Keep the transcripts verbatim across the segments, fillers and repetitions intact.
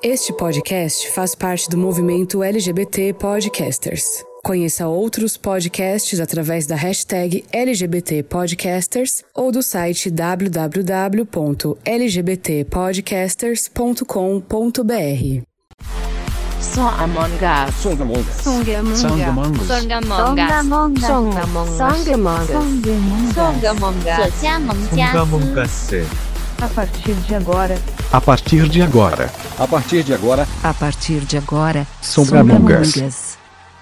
Este podcast faz parte do movimento L G B T Podcasters. Conheça outros podcasts através da hashtag L G B T Podcasters ou do site w w w ponto l g b t podcasters ponto com ponto b r. Songamongas. Songamongas. Songamongas. Songamongas. Songamongas. Songamongas. Songamongas. Songamongas. A partir de agora. A partir de agora. A partir de agora. A partir de agora. Songamongas.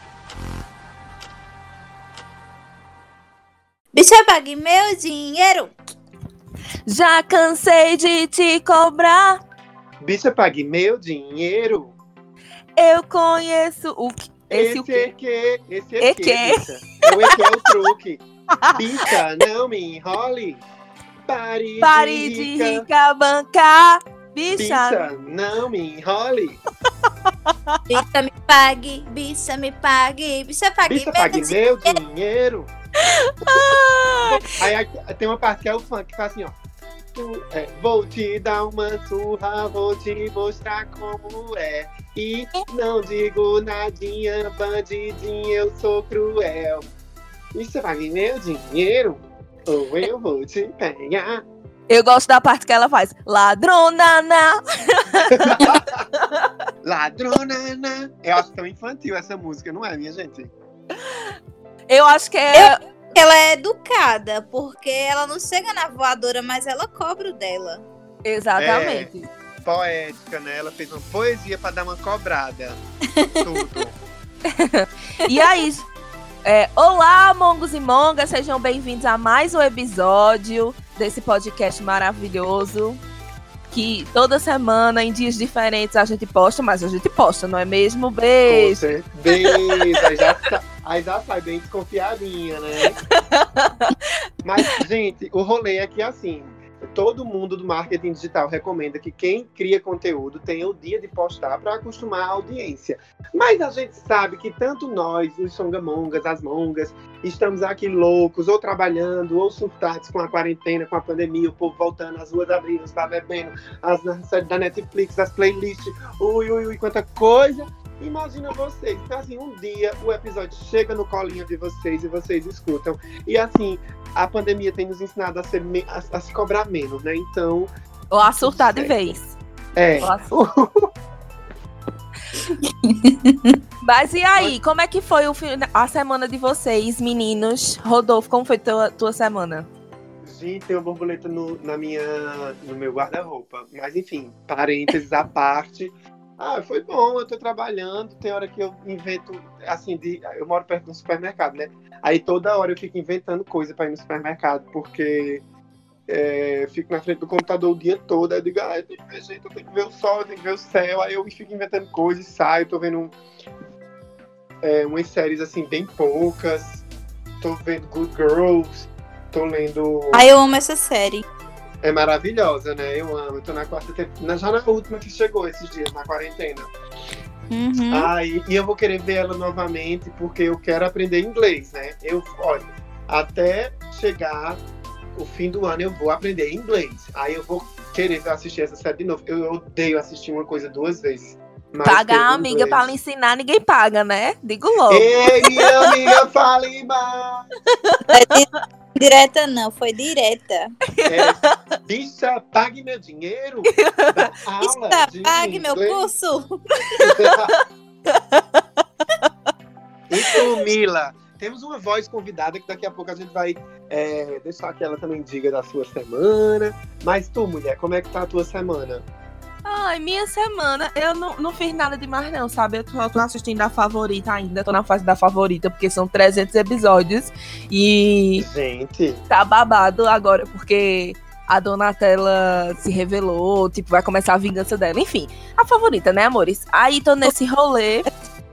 Bicha, pague meu dinheiro. Já cansei de te cobrar. Bicha, pague meu dinheiro. Eu conheço o que. Esse, esse o quê? é que. Esse é É que. que? bicha. O é que é o truque. Bicha, não me enrole. Pare, Pare de de rica. rica bancar. Bicha. Bicha, não me enrole. Bicha, me pague. Bicha, me pague. Bicha, pague Bicha, meu pague dinheiro. meu dinheiro. Aí, aí tem uma parte que é o funk que faz assim, ó. Tu- é, vou te dar uma surra, vou te mostrar como é. E não digo nadinha, bandidinha, eu sou cruel. E você pague meu dinheiro, ou eu vou te pegar. Eu gosto da parte que ela faz. Ladrona, na. Ladrona, né? Eu acho tão infantil essa música, não é, minha gente? Eu acho que é. Ela é educada, porque ela não chega na voadora, mas ela cobra o dela. Exatamente. Poética, né? Ela fez uma poesia pra dar uma cobrada. Tudo. E aí, é, olá, mongos e mongas, sejam bem-vindos a mais um episódio desse podcast maravilhoso. Que toda semana, em dias diferentes, a gente posta, mas a gente posta, não é mesmo? Com Beijo! certeza. Aí já, sa- aí já sai bem desconfiadinha, né? Mas, gente, o rolê aqui é assim. Todo mundo do marketing digital recomenda que quem cria conteúdo tenha o dia de postar para acostumar a audiência. Mas a gente sabe que tanto nós, os songamongas, as mongas, estamos aqui loucos, ou trabalhando, ou surtados com a quarentena, com a pandemia, o povo voltando, as ruas abrindo, os bar bebendo, as séries da Netflix, as playlists, ui, ui, ui, quanta coisa. Imagina vocês, então assim, um dia o episódio chega no colinho de vocês e vocês escutam. E assim, a pandemia tem nos ensinado a, ser me- a, a se cobrar menos, né? Então, Ou a surtar de vez. é. Ou a sur- Mas e aí, como é que foi o fi- a semana de vocês, meninos? Rodolfo, como foi tua, tua semana? Gente, tem uma borboleta no, na minha, no meu guarda-roupa. Mas enfim, parênteses à parte. Ah, foi bom, eu tô trabalhando. Tem hora que eu invento, assim, de, eu moro perto do supermercado, né? Aí toda hora eu fico inventando coisa pra ir no supermercado, porque é, eu fico na frente do computador o dia todo. Aí eu digo, ah, eu tenho que ver gente, eu tenho que ver o sol, eu tenho que ver o céu. Aí eu fico inventando coisas e saio, tô vendo é, umas séries, assim, bem poucas. Tô vendo Good Girls, tô lendo... Ai, eu amo essa série. É maravilhosa, né? Eu amo. Eu tô na quarta temporada. Já na última que chegou esses dias, na quarentena. Uhum. Ah, e, e eu vou querer ver ela novamente porque eu quero aprender inglês, né? Eu, olha, até chegar o fim do ano eu vou aprender inglês. Aí eu vou querer assistir essa série de novo. Eu odeio assistir uma coisa duas vezes. Mas Pagar ter a o amiga inglês- pra lhe ensinar, ninguém paga, né? Digo logo. Ei, minha amiga, fale mais! Direta não, foi direta. É, bicha, pague meu dinheiro. Dá aula Está, de pague meu inglês. curso. E tu, Mila, temos uma voz convidada que daqui a pouco a gente vai é, deixar que ela também diga da sua semana. Mas tu, mulher, como é que tá a tua semana? Ai, minha semana, eu não, não fiz nada demais não, sabe? Eu tô, eu tô assistindo a Favorita ainda, tô na fase da Favorita, porque são trezentos episódios. E Gente, tá babado agora, porque a Donatella se revelou, tipo, vai começar a vingança dela. Enfim, a Favorita, né, amores? Aí tô nesse rolê.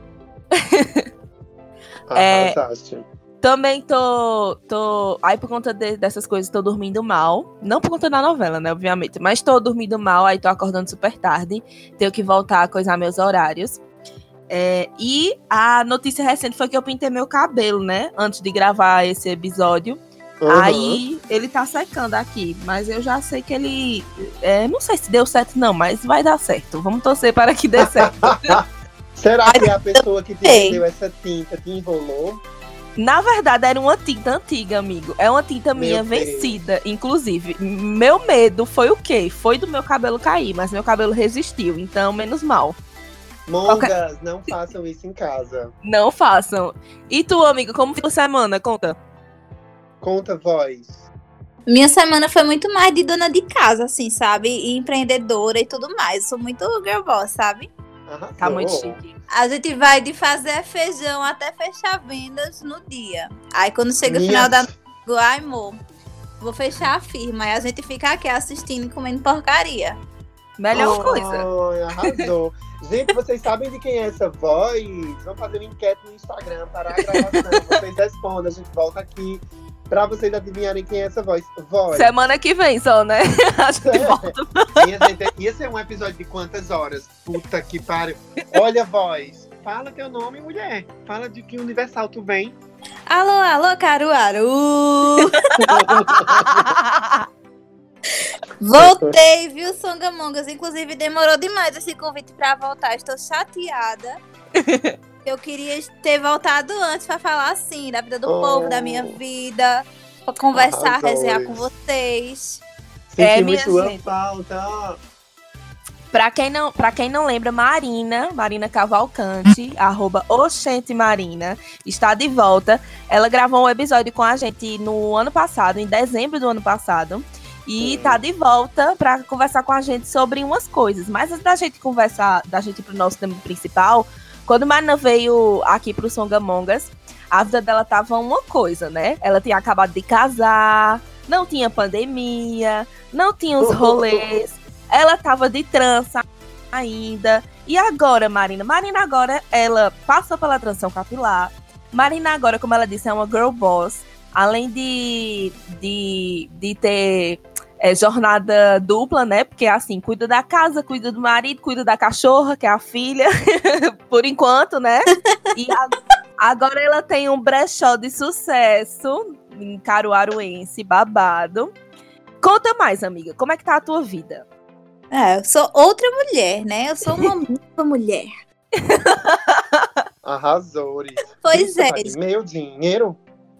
É. arrasaste. Também tô, tô... Aí por conta de- dessas coisas tô dormindo mal. Não por conta da novela, né, obviamente. Mas tô dormindo mal, aí tô acordando super tarde. Tenho que voltar a coisar meus horários. É, e a notícia recente foi que eu pintei meu cabelo, né? Antes de gravar esse episódio. Uhum. Aí ele tá secando aqui, mas eu já sei que ele. É, não sei se deu certo, não, mas vai dar certo. Vamos torcer para que dê certo. Será que a pessoa que te vendeu essa tinta te enrolou? Na verdade, era uma tinta antiga, amigo. É uma tinta minha Meu Deus. vencida, inclusive. Meu medo foi o quê? Foi do meu cabelo cair, mas meu cabelo resistiu, então menos mal. Mongas, não façam isso em casa. Não façam. E tu, amigo, como foi a semana? Conta. Conta, voz. Minha semana foi muito mais de dona de casa, assim, sabe? E empreendedora e tudo mais. Eu sou muito girl boss, sabe? Arrasou. Tá muito chique. A gente vai de fazer feijão até fechar vendas no dia. Aí quando chega o Minha- final da noite, eu digo, ai, amor, vou fechar a firma. Aí a gente fica aqui assistindo e comendo porcaria. Melhor Ai, coisa. Arrasou. Gente, vocês sabem de quem é essa voz? Vamos fazer uma enquete no Instagram para a gravação. Vocês respondem, a gente volta aqui pra vocês adivinharem quem é essa voz. Voz. Semana que vem só, né? A gente É. volta. Minha gente, ia ser um episódio de quantas horas? Puta que pariu. Olha, voz. Fala teu nome, mulher. Fala de que universal tu vem. Alô, alô, Caruaru! Voltei, viu, Songamongas? Inclusive, demorou demais esse convite pra voltar. Estou chateada. Eu queria ter voltado antes pra falar assim, da vida do Oh. povo, da minha vida, pra conversar, Arrasou. resenhar com vocês. É, Senti minha muito sua gente. falta. Pra quem, não, pra quem não lembra, Marina, Marina Cavalcante, arroba Oxente Marina, está de volta. Ela gravou um episódio com a gente no ano passado, em dezembro do ano passado. E Sim. tá de volta pra conversar com a gente sobre umas coisas. Mas antes da gente conversar, da gente ir pro nosso tema principal, quando Marina veio aqui pro Songamongas, a vida dela tava uma coisa, né? Ela tinha acabado de casar, não tinha pandemia, não tinha os rolês. Ela tava de trança ainda. E agora, Marina? Marina agora, ela passou pela transição capilar. Marina agora, como ela disse, é uma girl boss. Além de, de, de ter é, jornada dupla, né? Porque, assim, cuida da casa, cuida do marido, cuida da cachorra, que é a filha. Por enquanto, né? E a, agora ela tem um brechó de sucesso em Caruaruense, babado. Conta mais, amiga. Como é que tá a tua vida? É, eu sou outra mulher, né? Eu sou uma nova mulher. Arrasou. Pois é. Meu dinheiro.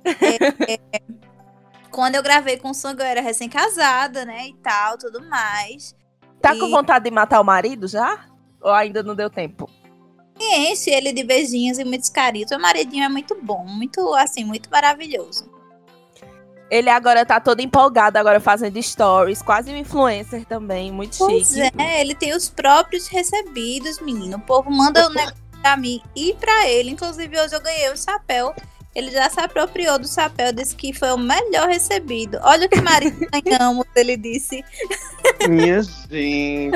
Quando eu gravei com o Songa, eu era recém-casada, né? E tal, tudo mais. Tá E- com vontade de matar o marido já? Ou ainda não deu tempo? E enche ele de beijinhos e muitos carinhos. Meu maridinho é muito bom, muito, assim, muito maravilhoso. Ele agora tá todo empolgado, agora fazendo stories, quase um influencer também, muito Pois chique. é, ele tem os próprios recebidos, menino. O povo manda o negócio pra mim e pra ele. Inclusive, hoje eu ganhei o chapéu. Ele já se apropriou do chapéu, disse que foi o melhor recebido. Olha o que marido ganhamos, ele disse. Minha gente.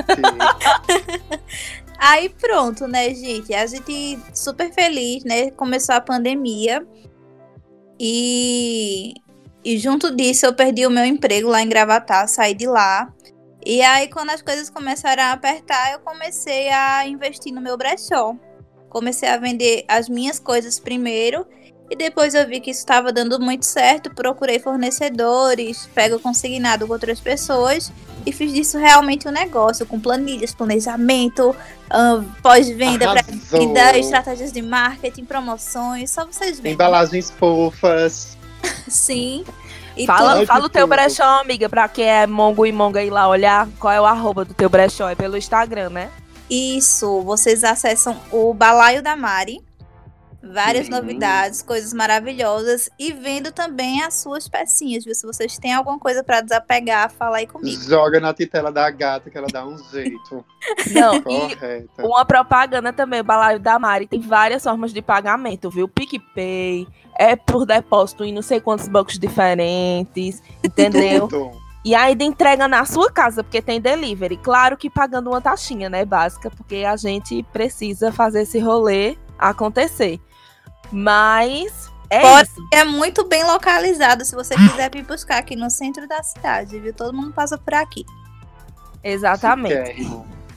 Aí pronto, né, gente? A gente super feliz, né? Começou a pandemia. E, e junto disso eu perdi o meu emprego lá em Gravatá, saí de lá. E aí quando as coisas começaram a apertar, eu comecei a investir no meu brechó. Comecei a vender as minhas coisas primeiro. E depois eu vi que isso estava dando muito certo. Procurei fornecedores, pego consignado com outras pessoas. E fiz disso realmente um negócio, com planilhas, planejamento, ah, pós-venda, Arrasou. pré-venda, estratégias de marketing, promoções, só vocês verem. Embalagens fofas. Sim. E Fala, Ai, fala que o teu tudo. brechó, amiga, pra quem é mongo e monga ir lá olhar qual é o arroba do teu brechó. É pelo Instagram, né? isso, vocês acessam o Balaio da Mari. Várias Sim. novidades, coisas maravilhosas. E vendo também as suas pecinhas, viu? Se vocês têm alguma coisa pra desapegar, fala aí comigo. Joga na titela da gata que ela dá um jeito. Não, e Correta. uma propaganda também, o Balaio da Mari. Tem várias formas de pagamento, viu? PicPay, é por depósito em não sei quantos bancos diferentes, entendeu? Tudo. E ainda entrega na sua casa, porque tem delivery. Claro que pagando uma taxinha, né, básica, porque a gente precisa fazer esse rolê acontecer. Mas é Pode- isso. É muito bem localizado, se você quiser vir buscar aqui no centro da cidade, viu? Todo mundo passa por aqui. Exatamente. Chiquérrimo.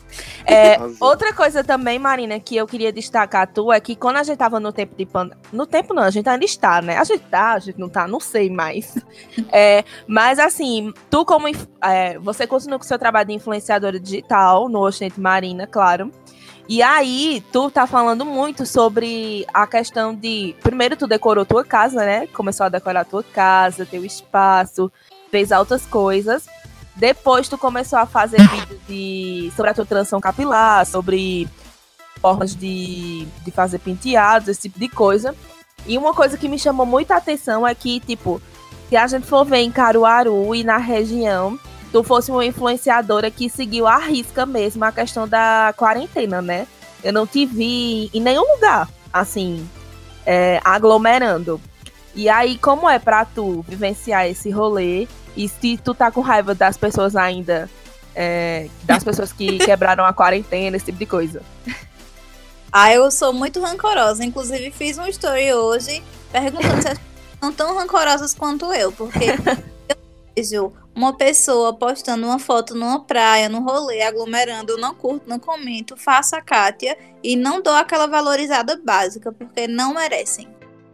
É, outra coisa também, Marina, que eu queria destacar tu, é que quando a gente tava no tempo de pandemia... No tempo não, a gente ainda está, né? A gente tá, a gente não tá, não sei mais. É, mas assim, tu como... É, você continua com o seu trabalho de influenciadora digital no Oxente Marina, claro. E aí, tu tá falando muito sobre a questão de... Primeiro, tu decorou tua casa, né? Começou a decorar tua casa, teu espaço, fez altas coisas. Depois, tu começou a fazer vídeos de, sobre a tua transição capilar, sobre formas de, de fazer penteados, esse tipo de coisa. E uma coisa que me chamou muita atenção é que, tipo, se a gente for ver em Caruaru e na região... tu fosse uma influenciadora que seguiu à risca mesmo a questão da quarentena, né? Eu não te vi em nenhum lugar, assim, é, aglomerando. E aí, como é pra tu vivenciar esse rolê? E se tu tá com raiva das pessoas ainda, é, das pessoas que quebraram a quarentena, esse tipo de coisa? Ah, eu sou muito rancorosa. Inclusive, fiz um story hoje perguntando se as pessoas são tão rancorosas quanto eu, porque eu vejo uma pessoa postando uma foto numa praia, num rolê, aglomerando, eu não curto, não comento, faço a Kátia e não dou aquela valorizada básica, porque não merecem.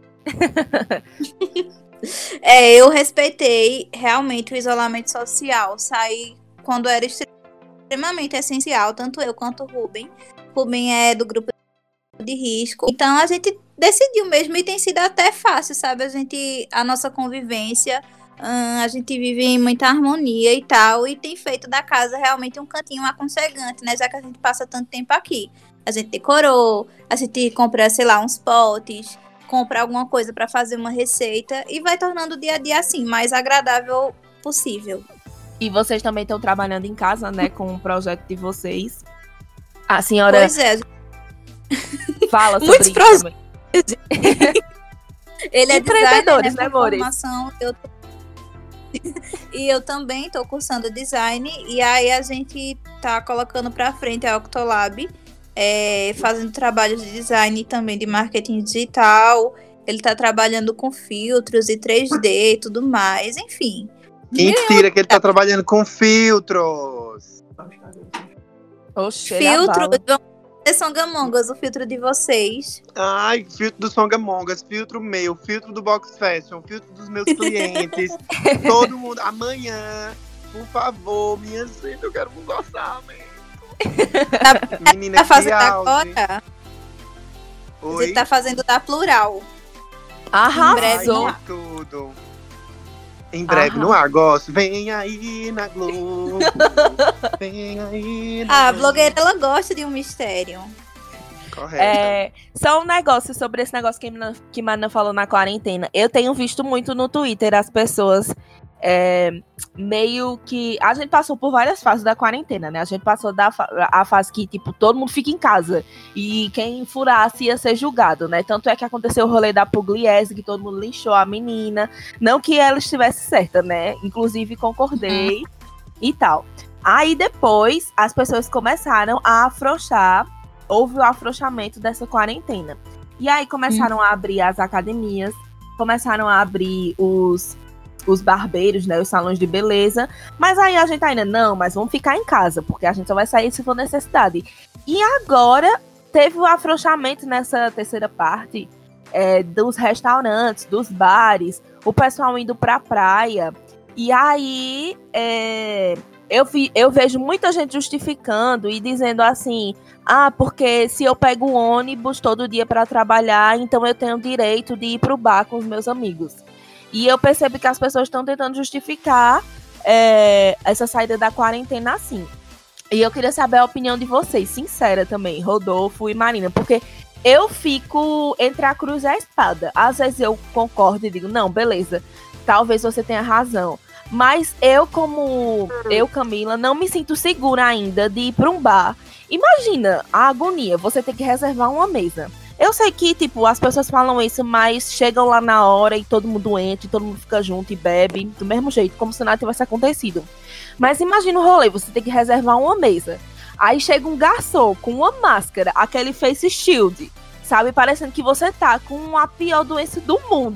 É, eu respeitei realmente o isolamento social, saí quando era extremamente essencial, tanto eu quanto o Rubem. Rubem é do grupo de risco, então a gente decidiu mesmo e tem sido até fácil, sabe? A gente, a nossa convivência... Hum, a gente vive em muita harmonia e tal, e tem feito da casa realmente um cantinho aconchegante, né? Já que a gente passa tanto tempo aqui. A gente decorou, a gente compra, sei lá, uns potes, compra alguma coisa para fazer uma receita e vai tornando o dia a dia assim, mais agradável possível. E vocês também estão trabalhando em casa, né? Com o projeto de vocês. A senhora... Pois é. Fala sobre muitos isso projetos. Ele é empreendedores, designer, né? Amores? Formação, eu tô... E eu também tô cursando design, e aí a gente tá colocando pra frente a Octolab, é, fazendo trabalhos de design e também de marketing digital. Ele tá trabalhando com filtros e três D e tudo mais, enfim. Mentira, que ele tá trabalhando com filtros. Oxe, Filtro, Songamongas, o filtro de vocês. Ai, filtro do Songamongas, filtro meu, filtro do Box Fashion, filtro dos meus clientes. Todo mundo. Amanhã, por favor, minha gente, eu quero um orçamento. Tá, Menina, tá fazendo que auge. agora? Oi? Você tá fazendo da Plural. Arrasou. Em breve, não há. Tudo. Em breve, Aham. no ar, gosto. Vem aí na Globo. Vem aí na Ah, a blogueira, ela gosta de um mistério. Correto. É, só um negócio sobre esse negócio que, Marina- que Marina falou na quarentena. Eu tenho visto muito no Twitter as pessoas é, meio que... A gente passou por várias fases da quarentena, né? A gente passou da fa- a fase que, tipo, todo mundo fica em casa. E quem furasse ia ser julgado, né? Tanto é que aconteceu o rolê da Pugliese, que todo mundo linchou a menina. Não que ela estivesse certa, né? Inclusive, concordei e tal. Aí, depois, as pessoas começaram a afrouxar. Houve o afrouxamento dessa quarentena. E aí começaram a abrir as academias, começaram a abrir os, os barbeiros, né, os salões de beleza. Mas aí a gente ainda, não, mas vamos ficar em casa, porque a gente só vai sair se for necessidade. E agora teve o afrouxamento nessa terceira parte é, dos restaurantes, dos bares, o pessoal indo pra praia. E aí... É, Eu, vi, eu vejo muita gente justificando e dizendo assim, ah, porque se eu pego o ônibus todo dia para trabalhar, então eu tenho direito de ir pro bar com os meus amigos. E eu percebo que as pessoas estão tentando justificar é, essa saída da quarentena assim. E eu queria saber a opinião de vocês, sincera também, Rodolfo e Marina, porque eu fico entre a cruz e a espada. Às vezes eu concordo e digo, não, beleza, talvez você tenha razão. Mas eu, como eu, Camila, não me sinto segura ainda de ir para um bar. Imagina a agonia, você ter que reservar uma mesa. Eu sei que, tipo, as pessoas falam isso, mas chegam lá na hora e todo mundo entra, e todo mundo fica junto e bebe, do mesmo jeito, como se nada tivesse acontecido. Mas imagina o rolê, você tem que reservar uma mesa. Aí chega um garçom com uma máscara, aquele face shield, sabe? Parecendo que você tá com a pior doença do mundo.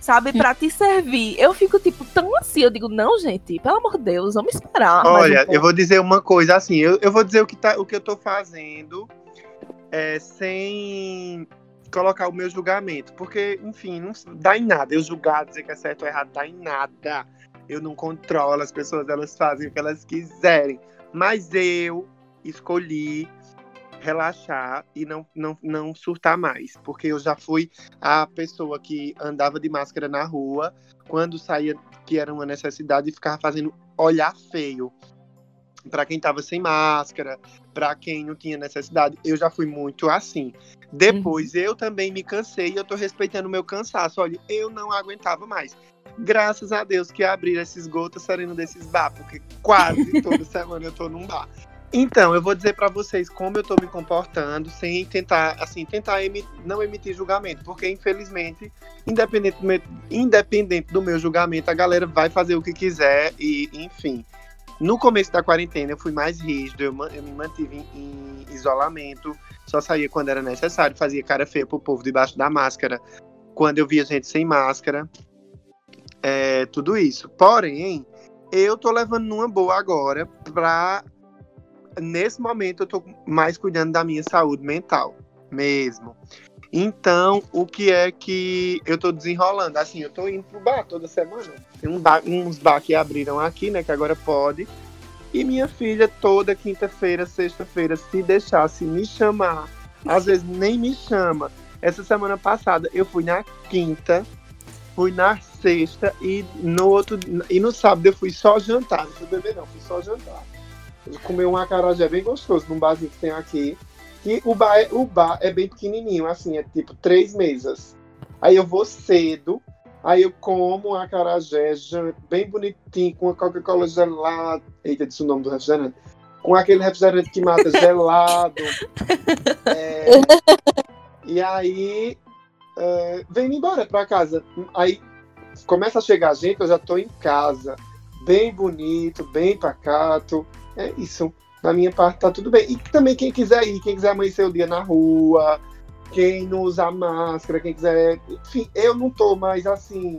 sabe, pra te servir. Eu fico, tipo, tão assim, eu digo, não, gente, pelo amor de Deus, vamos esperar. Olha, um eu vou dizer uma coisa, assim, eu, eu vou dizer o que, tá, o que eu tô fazendo é, sem colocar o meu julgamento, porque, enfim, não dá em nada. Eu julgar, dizer que é certo ou errado, dá em nada. Eu não controlo, as pessoas, elas fazem o que elas quiserem. Mas eu escolhi relaxar e não, não, não surtar mais, porque eu já fui a pessoa que andava de máscara na rua, quando saía, que era uma necessidade, e ficava fazendo olhar feio para quem tava sem máscara, para quem não tinha necessidade. Eu já fui muito assim. Depois, uhum. eu também me cansei e eu tô respeitando o meu cansaço. Olha, eu não aguentava mais. Graças a Deus que abriram esses gotas saindo desses bar, porque quase toda semana eu tô num bar. Então, eu vou dizer pra vocês como eu tô me comportando, sem tentar, assim, tentar emi- não emitir julgamento, porque infelizmente, independente, independente do meu julgamento, a galera vai fazer o que quiser e, enfim. No começo da quarentena eu fui mais rígido, eu, eu me mantive em, em isolamento, só saía quando era necessário, fazia cara feia pro povo debaixo da máscara, quando eu via gente sem máscara, é, tudo isso. Porém, eu tô levando numa boa agora pra... Nesse momento eu tô mais cuidando da minha saúde mental, mesmo. Então, o que é que eu tô desenrolando? Assim, eu tô indo pro bar toda semana. Tem um bar, uns bar que abriram aqui, né, que agora pode. E minha filha, toda quinta-feira, sexta-feira, se deixasse me chamar, às vezes nem me chama. Essa semana passada, eu fui na quinta, fui na sexta e no, outro, e no sábado eu fui só jantar. Não fui beber não, fui só jantar. Eu comi um acarajé bem gostoso num barzinho que tem aqui. E o bar, é, o bar é bem pequenininho, assim, é tipo três mesas. Aí eu vou cedo, aí eu como um acarajé bem bonitinho, com a Coca-Cola gelada. Eita, disse o nome do refrigerante. Com aquele refrigerante que mata gelado. É, e aí, é, vem embora pra casa. Aí começa a chegar gente, eu já tô em casa. Bem bonito, bem pacato. É isso. Da minha parte tá tudo bem. E também quem quiser ir, quem quiser amanhecer o dia na rua, quem não usar máscara, quem quiser... Enfim, eu não tô mais assim...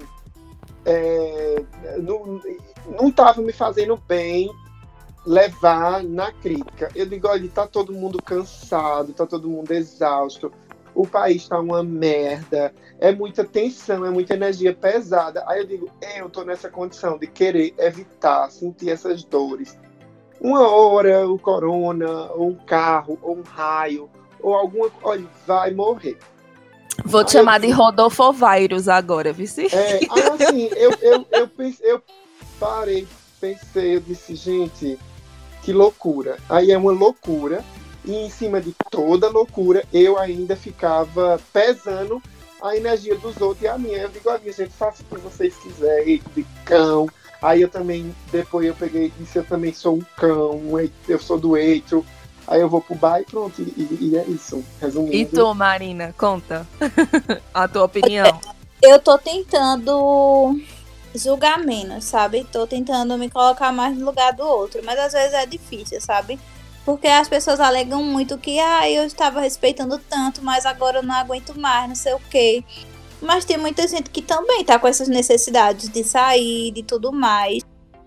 É, não, não tava me fazendo bem levar na crítica. Eu digo, olha, tá todo mundo cansado, tá todo mundo exausto, o país tá uma merda, é muita tensão, é muita energia pesada. Aí eu digo, eu tô nessa condição de querer evitar, sentir essas dores. Uma hora, o corona, ou um carro, ou um raio, ou alguma coisa, olha, vai morrer. Vou te aí chamar eu, de Rodolfovírus agora, viu? É, aí assim, eu, eu, eu, pensei, eu parei, pensei, eu disse, gente, que loucura. Aí é uma loucura, e em cima de toda loucura, eu ainda ficava pesando a energia dos outros e a minha. Eu digo, olha, gente, faça o que vocês quiserem, de cão. Aí eu também, depois eu peguei e disse, eu também sou um cão, eu sou do Eitro. Aí eu vou pro bar e pronto, e, e é isso, resumindo. E tu, Marina, conta a tua opinião. Eu tô tentando julgar menos, sabe? Tô tentando me colocar mais no lugar do outro, mas às vezes é difícil, sabe? Porque as pessoas alegam muito que, ah, eu estava respeitando tanto, mas agora eu não aguento mais, não sei o quê. Mas tem muita gente que também tá com essas necessidades de sair, de tudo mais.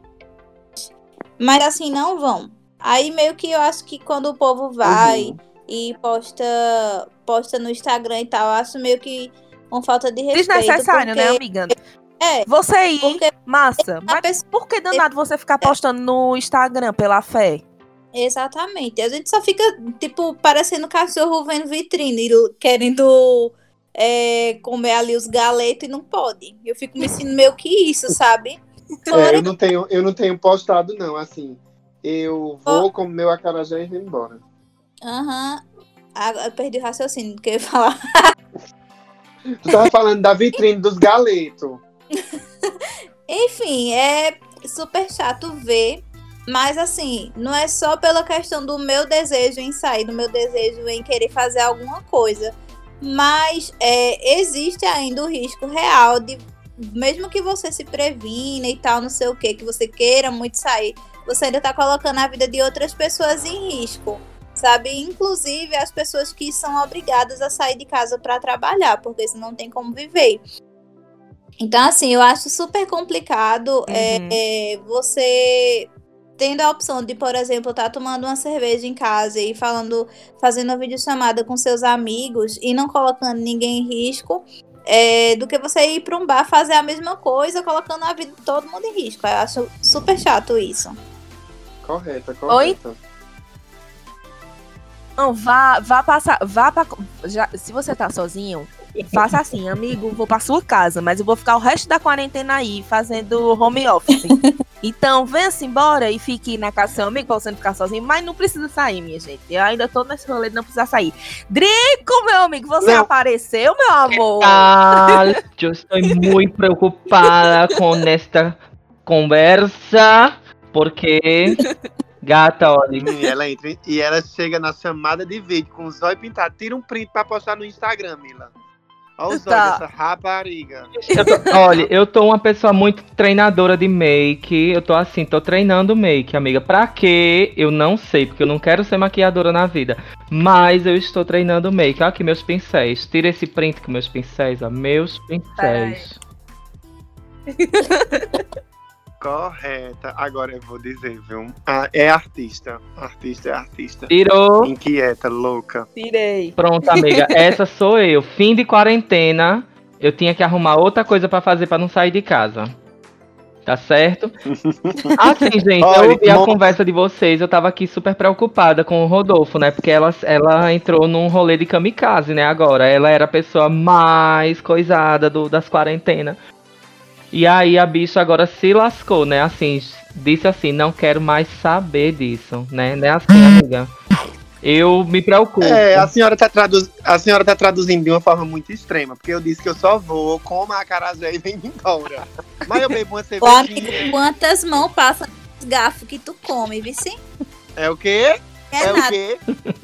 Mas assim, não vão. Aí meio que eu acho que quando o povo vai Uhum. e posta, posta no Instagram e tal, eu acho meio que uma falta de respeito. Desnecessário, porque... né, amiga? É. Você ir, Porque massa. Mas pessoa... por que danado você ficar postando no Instagram pela fé? Exatamente. A gente só fica, tipo, parecendo cachorro vendo vitrine, querendo... É, comer ali os galetos e não pode. Eu fico me sentindo meio que isso, sabe? É, eu, não tenho, eu não tenho postado, não, assim. Eu vou, oh. como meu acarajé e vou embora. Aham. Uhum. Ah, eu perdi o raciocínio do que eu ia falar. Tu tava falando da vitrine dos galetos. Enfim, é super chato ver. Mas assim, não é só pela questão do meu desejo em sair, do meu desejo em querer fazer alguma coisa. Mas é, existe ainda o risco real de, mesmo que você se previna e tal, não sei o que, que você queira muito sair, você ainda tá colocando a vida de outras pessoas em risco, sabe? Inclusive as pessoas que são obrigadas a sair de casa para trabalhar, porque senão não tem como viver. Então, assim, eu acho super complicado Uhum. é, é, você tendo a opção de, por exemplo, estar tomando uma cerveja em casa e falando, fazendo uma videochamada com seus amigos e não colocando ninguém em risco, é, do que você ir para um bar fazer a mesma coisa, colocando a vida de todo mundo em risco. Eu acho super chato isso. Correta, Oi? correta. Não, vá, vá passar, vá pra, já, se você tá sozinho, faça assim, amigo, vou pra sua casa, mas eu vou ficar o resto da quarentena aí, fazendo home office. Então, venha-se embora e fique na casa do seu amigo pra você não ficar sozinho, mas não precisa sair, minha gente. Eu ainda tô nesse rolê de não precisar sair. Drico, meu amigo, você Não. apareceu, meu amor? Ah, eu estou muito preocupada com esta conversa, porque, gata, olha, E ela entra e ela chega na chamada de vídeo com os olhos pintados. Tira um print pra postar no Instagram, Mila. Olha os Tá. olhos dessa rapariga. eu tô, olha, eu tô uma pessoa muito treinadora de make, eu tô assim, tô treinando make, amiga. Pra quê? Eu não sei, porque eu não quero ser maquiadora na vida, mas eu estou treinando make. Olha aqui meus pincéis, tira esse print com meus pincéis, ó, meus pincéis. Correta. Agora eu vou dizer, viu? Ah, é artista. Artista é artista. Tirou. Inquieta, louca. Tirei. Pronto, amiga, essa sou eu. Fim de quarentena, eu tinha que arrumar outra coisa pra fazer pra não sair de casa. Tá certo? Assim, gente, Olha, eu ouvi a mo- conversa de vocês, eu tava aqui super preocupada com o Rodolfo, né? Porque ela, ela entrou num rolê de kamikaze, né, agora. Ela era a pessoa mais coisada do, das quarentenas. E aí a bicha agora se lascou, né? Assim, disse assim, não quero mais saber disso, né? Não é assim, amiga? Eu me preocupo. É, a senhora, tá tradu... a senhora tá traduzindo de uma forma muito extrema, porque eu disse que eu só vou, como a acarajé e venho embora. Mas eu bebo uma Ô, amigo, cervejinha. quantas mãos passam nos garfos que tu come, viu sim? É o quê? É, É o nada. quê?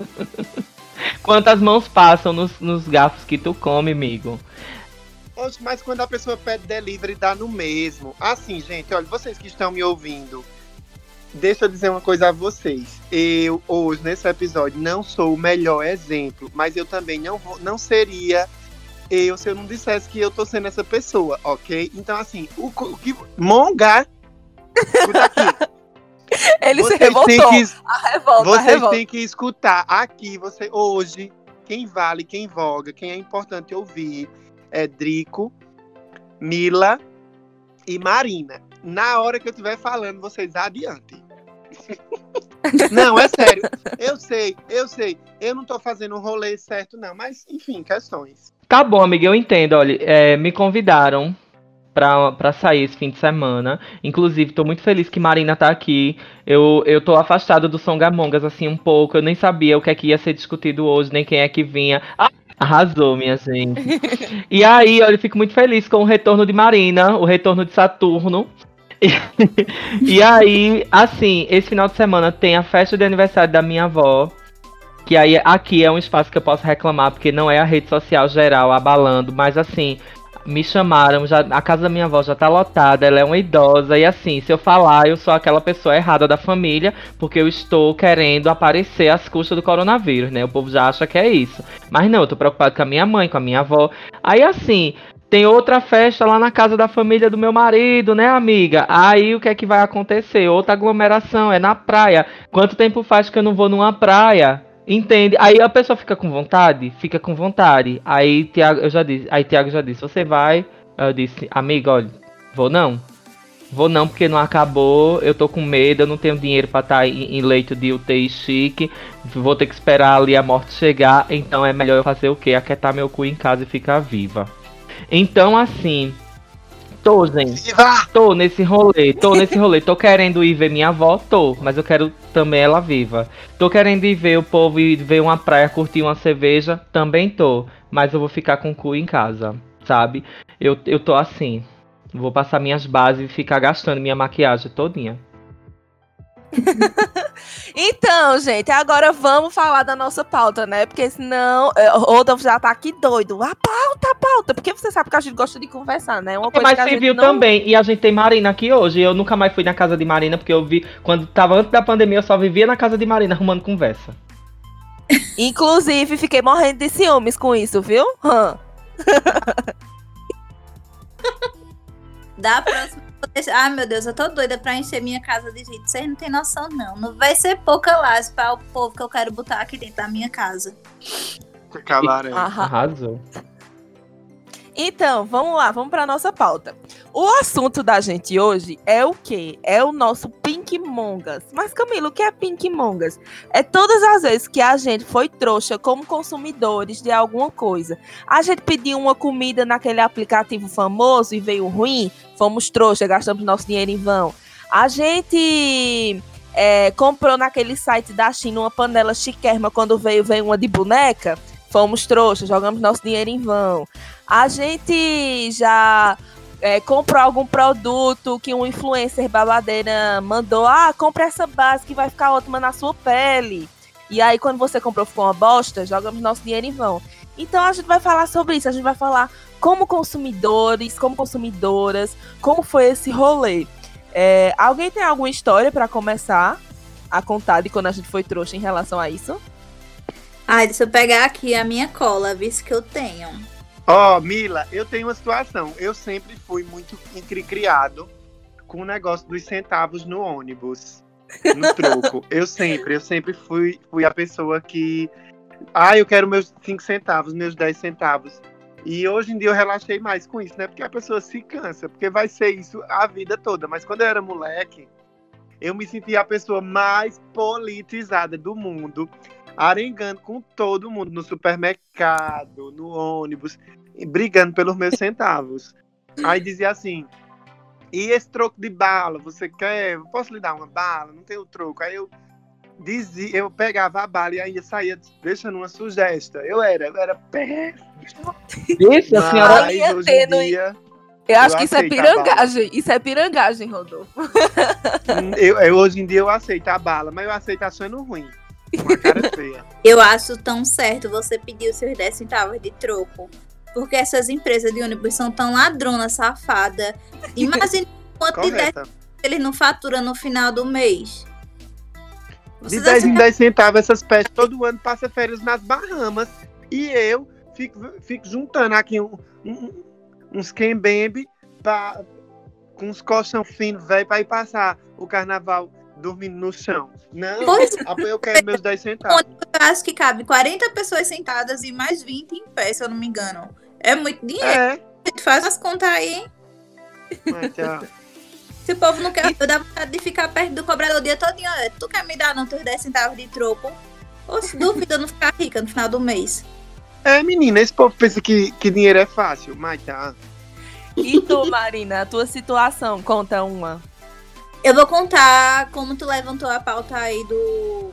Quantas mãos passam nos, nos garfos que tu come, amigo? Oxe, mas quando a pessoa pede delivery, dá no mesmo. Assim, gente, olha, vocês que estão me ouvindo, deixa eu dizer uma coisa a vocês. Eu, hoje, nesse episódio, não sou o melhor exemplo, mas eu também não, vou, não seria eu se eu não dissesse que eu tô sendo essa pessoa, ok? Então, assim, o, o que... Monga! Escuta aqui. Ele se Vocês revoltou. têm que, A revolta, a vocês revolta. têm que escutar aqui, você, hoje, quem vale, quem voga, quem é importante ouvir é Drico, Mila e Marina. Na hora que eu estiver falando, vocês adiantem. Não, é sério. Eu sei, eu sei. Eu não tô fazendo um rolê certo, não. Mas, enfim, questões. Tá bom, amiga, eu entendo. Olha, é, me convidaram pra, pra sair esse fim de semana. Inclusive, tô muito feliz que Marina tá aqui. Eu, eu tô afastado do Songamongas, assim, um pouco. Eu nem sabia o que é que ia ser discutido hoje, nem quem é que vinha. Ah, arrasou, minha gente. E aí, olha, eu fico muito feliz com o retorno de Marina, o retorno de Saturno. E, e aí, assim, esse final de semana tem a festa de aniversário da minha avó. Que aí aqui é um espaço que eu posso reclamar, porque não é a rede social geral abalando, mas assim, me chamaram, já, a casa da minha avó já tá lotada, ela é uma idosa, e assim, se eu falar, eu sou aquela pessoa errada da família, porque eu estou querendo aparecer às custas do coronavírus, né? O povo já acha que é isso. Mas não, eu tô preocupado com a minha mãe, com a minha avó. Aí assim, tem outra festa lá na casa da família do meu marido, né, amiga? Aí o que é que vai acontecer? Outra aglomeração, é na praia. Quanto tempo faz que eu não vou numa praia? Entende? Aí a pessoa fica com vontade? Fica com vontade. Aí Thiago, eu já disse, aí Thiago já disse, você vai? Eu disse, amiga, olha, vou não. Vou não, porque não acabou, eu tô com medo, eu não tenho dinheiro pra estar em, em leito de U T I chique, vou ter que esperar ali a morte chegar, então é melhor eu fazer o quê? Aquietar meu cu em casa e ficar viva. Então assim, tô, gente, Viva! tô nesse rolê, tô nesse rolê, tô querendo ir ver minha avó, tô, mas eu quero também ela viva. Tô querendo ir ver o povo e ver uma praia, curtir uma cerveja, também tô, mas eu vou ficar com o cu em casa, sabe? Eu, eu tô assim, vou passar minhas bases e ficar gastando minha maquiagem todinha. Então, gente, agora vamos falar da nossa pauta, né? Porque senão é, o Rodolfo já tá aqui doido. A pauta, a pauta. Porque você sabe que a gente gosta de conversar, né? Uma coisa Mas que a você gente viu não... também, e a gente tem Marina aqui hoje. Eu nunca mais fui na casa de Marina, porque eu vi, quando tava antes da pandemia, eu só vivia na casa de Marina arrumando conversa. Inclusive, fiquei morrendo de ciúmes com isso, viu? Hum. Da próxima. Ai, meu Deus, eu tô doida pra encher minha casa de gente. Vocês não tem noção, não. Não vai ser pouca laje para o povo que eu quero botar aqui dentro da minha casa. Calarão. Arrasou. Então, vamos lá, vamos para nossa pauta. O assunto da gente hoje é o quê? É o nosso Pink Mongas. Mas, Camila, o que é Pink Mongas? É todas as vezes que a gente foi trouxa como consumidores de alguma coisa. A gente pediu uma comida naquele aplicativo famoso e veio ruim, fomos trouxa, gastamos nosso dinheiro em vão. A gente é, comprou naquele site da China uma panela chiquérrima, quando veio, veio uma de boneca, fomos trouxa, jogamos nosso dinheiro em vão. A gente já é, comprou algum produto que um influencer babadeira mandou. Ah, compra essa base que vai ficar ótima na sua pele. E aí, quando você comprou, ficou uma bosta, jogamos nosso dinheiro em vão. Então, a gente vai falar sobre isso. A gente vai falar como consumidores, como consumidoras, como foi esse rolê. É, alguém tem alguma história para começar a contar de quando a gente foi trouxa em relação a isso? Ai, deixa eu pegar aqui a minha cola, visto que eu tenho. Ó, oh, Mila, eu tenho uma situação. Eu sempre fui muito criado com o negócio dos centavos no ônibus, no troco. Eu sempre, eu sempre fui, fui a pessoa que... Ah, eu quero meus cinco centavos, meus dez centavos. E hoje em dia eu relaxei mais com isso, né? Porque a pessoa se cansa, porque vai ser isso a vida toda. Mas quando eu era moleque, eu me sentia a pessoa mais politizada do mundo, arengando com todo mundo no supermercado, no ônibus, brigando pelos meus centavos. Aí dizia assim: e esse troco de bala, você quer? Eu posso lhe dar uma bala? Não tem o troco. Aí eu dizia, eu pegava a bala e ainda saía deixando uma sugesta. Eu era, eu era péssimo. Isso, a senhora. Mas hoje em dia, eu acho eu que isso é pirangagem. Isso é pirangagem, Rodolfo. eu, eu, hoje em dia eu aceito a bala, mas eu aceito achando ruim. Uma cara feia. Eu acho tão certo você pedir os seus dez centavos de troco. Porque essas empresas de ônibus são tão ladronas, safadas. Imagina quanto de dez eles não faturam no final do mês. Vocês de dez em dez centavos, essas pestes todo ano passam férias nas Bahamas. E eu fico, fico juntando aqui um, um, uns quembembe com uns colchão finos, velho, pra ir passar o carnaval dormindo no chão. Não, pois eu quero meus dez centavos. Eu acho que cabe quarenta pessoas sentadas e mais vinte em pé, se eu não me engano. É muito dinheiro. É. Faz as contas aí, hein? Mas, tchau. Se o povo não quer, eu dá vontade de ficar perto do cobrador o dia todinho. Tu quer me dar não teus dez centavos de troco? Ou se duvida eu não ficar rica no final do mês? É, menina, esse povo pensa que, que dinheiro é fácil, mas tá. E tu, Marina, a tua situação, conta uma. Eu vou contar como tu levantou a pauta aí do...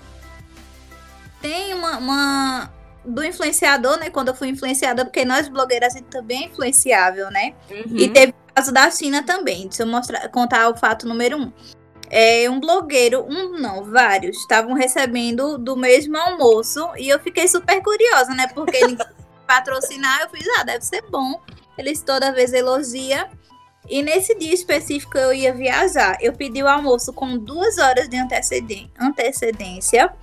Tem uma... uma... do influenciador, né? Quando eu fui influenciadora, porque nós blogueiras a gente também é influenciável, né? Uhum. E teve o caso da China também. Deixa eu mostrar, contar o fato número um. É, um blogueiro, um não, vários, estavam recebendo do mesmo almoço e eu fiquei super curiosa, né? Porque ninguém patrocinar, eu fiz, ah, deve ser bom. Eles toda vez elogiam. E nesse dia específico eu ia viajar. Eu pedi o almoço com duas horas de antecedência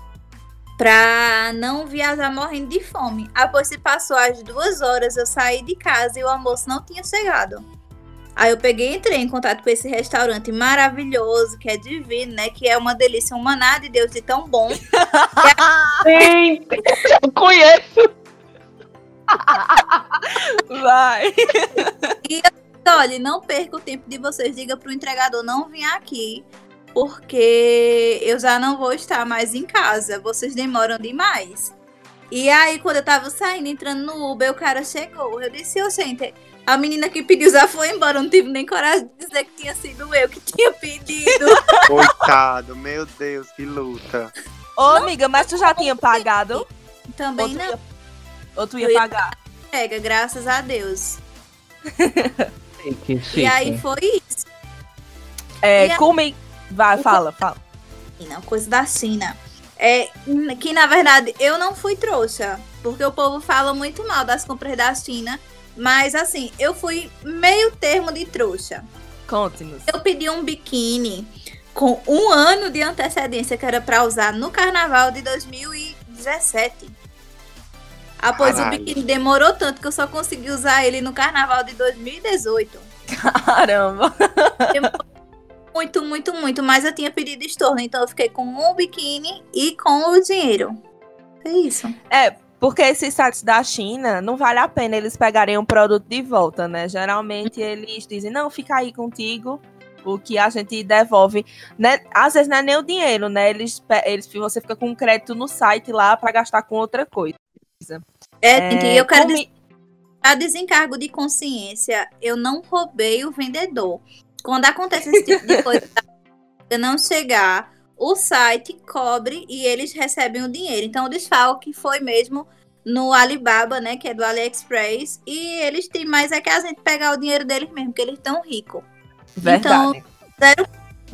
pra não viajar morrendo de fome. Após se passou as duas horas, eu saí de casa e o almoço não tinha chegado. Aí eu peguei e entrei em contato com esse restaurante maravilhoso, que é divino, né? Que é uma delícia, um maná de Deus de tão bom. Sim, eu conheço. Vai. E olha, não perca o tempo de vocês. Diga pro entregador não vir aqui, porque eu já não vou estar mais em casa. Vocês demoram demais. E aí, quando eu tava saindo, entrando no Uber, o cara chegou. Eu disse, ô, gente, a menina que pediu já foi embora. Eu não tive nem coragem de dizer que tinha sido eu que tinha pedido. Coitado, meu Deus, que luta. Ô, não, amiga, mas tu já tinha pagado? Também ou não. Ia, ou tu ia eu pagar? Pega, graças a Deus. Chique, chique. E aí foi isso. É, a... come... Vai, fala, fala. Não, coisa da China. É, que, na verdade, eu não fui trouxa. Porque o povo fala muito mal das compras da China. Mas, assim, eu fui meio termo de trouxa. Conte-nos. Eu pedi um biquíni com um ano de antecedência, que era pra usar no carnaval de dois mil e dezessete. Após o biquíni demorou tanto que eu só consegui usar ele no carnaval de dois mil e dezoito. Caramba. Muito, muito, muito. Mas eu tinha pedido estorno, então eu fiquei com um biquíni e com o dinheiro. É isso. É, porque esses sites da China, não vale a pena eles pegarem um produto de volta, né? Geralmente eles dizem, não, fica aí contigo, o que a gente devolve. Né? Às vezes não é nem o dinheiro, né? Eles, eles, você fica com um crédito no site lá para gastar com outra coisa. É, é eu quero comi... dizer, a desencargo de consciência, eu não roubei o vendedor. Quando acontece esse tipo de coisa, eu não chegar, o site cobre e eles recebem o dinheiro. Então, o desfalque foi mesmo no Alibaba, né, que é do AliExpress, e eles têm mais é que a gente pegar o dinheiro deles mesmo, porque eles estão ricos. Verdade. Então, zero...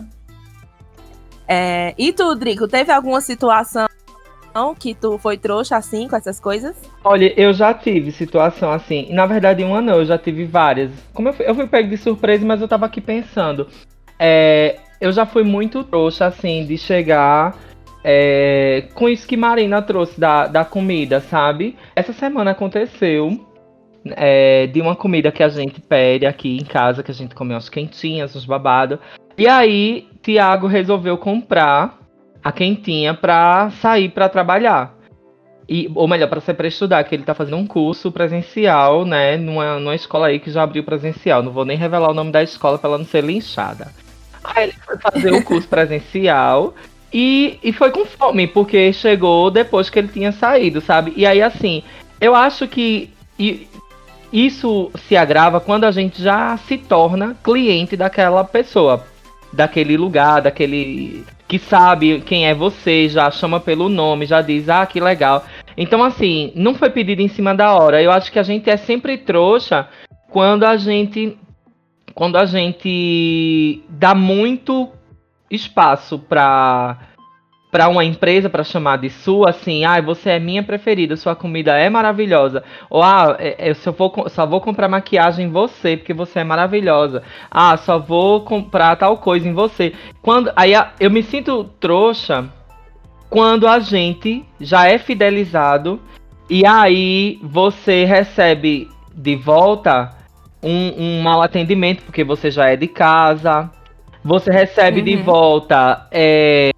é, e tu, Drico, teve alguma situação que tu foi trouxa assim com essas coisas? Olha, eu já tive situação assim. E, na verdade, uma não, eu já tive várias. Como eu fui, eu fui pego de surpresa, mas eu tava aqui pensando. É, eu já fui muito trouxa, assim, de chegar é, com isso que Marina trouxe da, da comida, sabe? Essa semana aconteceu é, de uma comida que a gente pede aqui em casa, que a gente come umas quentinhas, uns babados. E aí, Tiago resolveu comprar a quentinha pra sair pra trabalhar. E, ou melhor, pra ser pra estudar, que ele tá fazendo um curso presencial, né? Numa, numa escola aí que já abriu presencial. Não vou nem revelar o nome da escola pra ela não ser linchada. Aí ele foi fazer o curso presencial e, e foi com fome, porque chegou depois que ele tinha saído, sabe? E aí, assim, eu acho que e, isso se agrava quando a gente já se torna cliente daquela pessoa, daquele lugar, daquele... que sabe quem é você, já chama pelo nome, já diz, ah, que legal. Então, assim, não foi pedido em cima da hora. Eu acho que a gente é sempre trouxa quando a gente, quando a gente dá muito espaço para para uma empresa para chamar de sua, assim, ah, você é minha preferida, sua comida é maravilhosa. Ou, ah, eu só vou, só vou comprar maquiagem em você, porque você é maravilhosa. Ah, só vou comprar tal coisa em você. Quando, aí eu me sinto trouxa quando a gente já é fidelizado e aí você recebe de volta um, um mau atendimento, porque você já é de casa. Você recebe uhum. de volta... É,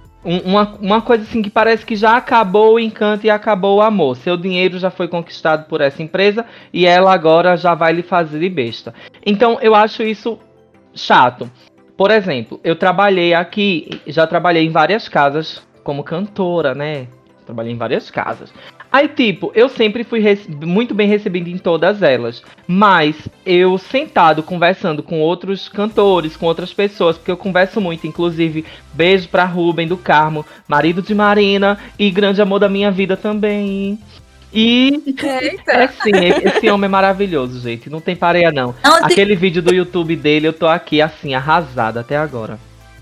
Uma, uma coisa assim que parece que já acabou o encanto e acabou o amor. Seu dinheiro já foi conquistado por essa empresa e ela agora já vai lhe fazer de besta. Então eu acho isso chato. Por exemplo, eu trabalhei aqui, já trabalhei em várias casas como cantora, né? Trabalhei em várias casas. Aí, tipo, eu sempre fui muito bem recebido em todas elas. Mas eu sentado, conversando com outros cantores, com outras pessoas, porque eu converso muito, inclusive, beijo pra Rubem do Carmo, marido de Marina e grande amor da minha vida também. E, Eita. é sim, esse homem é maravilhoso, gente. Não tem pareia, não. não Aquele tem... vídeo do YouTube dele, eu tô aqui, assim, arrasada até agora.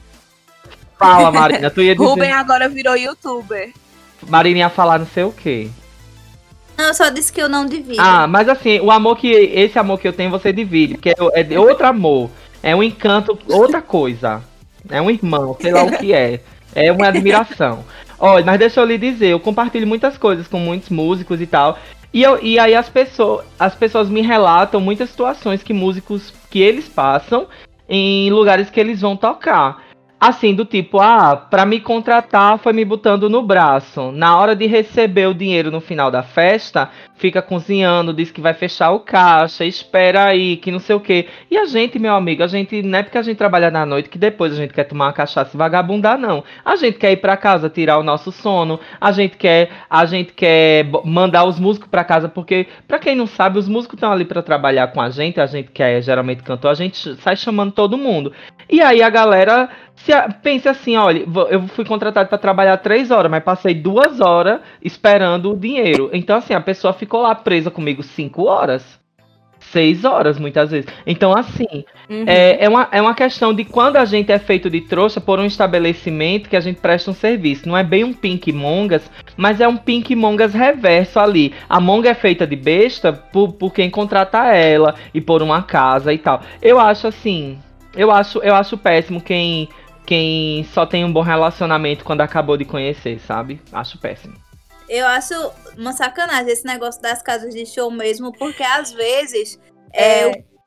Fala, Marina, tu ia dizer... Rubem agora virou youtuber. Marina ia falar não sei o quê. Não, eu só disse que eu não divido. Ah, mas assim, o amor que... Esse amor que eu tenho, você divide. Porque é de outro amor. É um encanto, outra coisa. É um irmão, sei lá o que é. É uma admiração. Olha, mas deixa eu lhe dizer, eu compartilho muitas coisas com muitos músicos e tal. E, eu, e aí as pessoas, as pessoas me relatam muitas situações que músicos, que eles passam em lugares que eles vão tocar. Assim, do tipo, ah, pra me contratar foi me botando no braço. Na hora de receber o dinheiro no final da festa, fica cozinhando, diz que vai fechar o caixa, espera aí, que não sei o quê. E a gente, meu amigo, a gente, não é porque a gente trabalha na noite que depois a gente quer tomar uma cachaça e vagabundar, não. A gente quer ir pra casa tirar o nosso sono, a gente quer, a gente quer mandar os músicos pra casa, porque, pra quem não sabe, os músicos estão ali pra trabalhar com a gente, a gente que é geralmente cantor, a gente sai chamando todo mundo. E aí a galera... Se a, pense assim, olha, eu fui contratado para trabalhar três horas, mas passei duas horas esperando o dinheiro. Então, assim, a pessoa ficou lá presa comigo cinco horas, seis horas, muitas vezes. Então, assim, uhum. é, é, uma, é uma questão de quando a gente é feito de trouxa por um estabelecimento que a gente presta um serviço. Não é bem um Pink Mongas, mas é um Pink Mongas reverso ali. A monga é feita de besta por, por quem contrata ela e por uma casa e tal. Eu acho assim, eu acho, eu acho péssimo quem... Quem só tem um bom relacionamento quando acabou de conhecer, sabe? Acho péssimo. Eu acho uma sacanagem esse negócio das casas de show mesmo, porque às vezes é. É,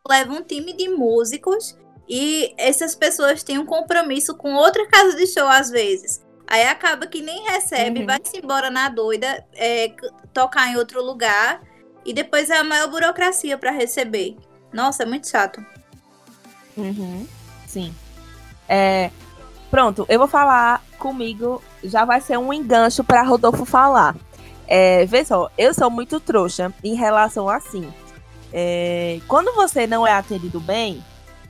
leva um time de músicos e essas pessoas têm um compromisso com outra casa de show às vezes. Aí acaba que nem recebe, uhum. vai-se embora na doida, é, tocar em outro lugar e depois é a maior burocracia para receber. Nossa, é muito chato. Uhum. Sim. É, pronto, eu vou falar comigo, já vai ser um engancho para Rodolfo falar. É, vê só, eu sou muito trouxa em relação a assim. É, quando você não é atendido bem,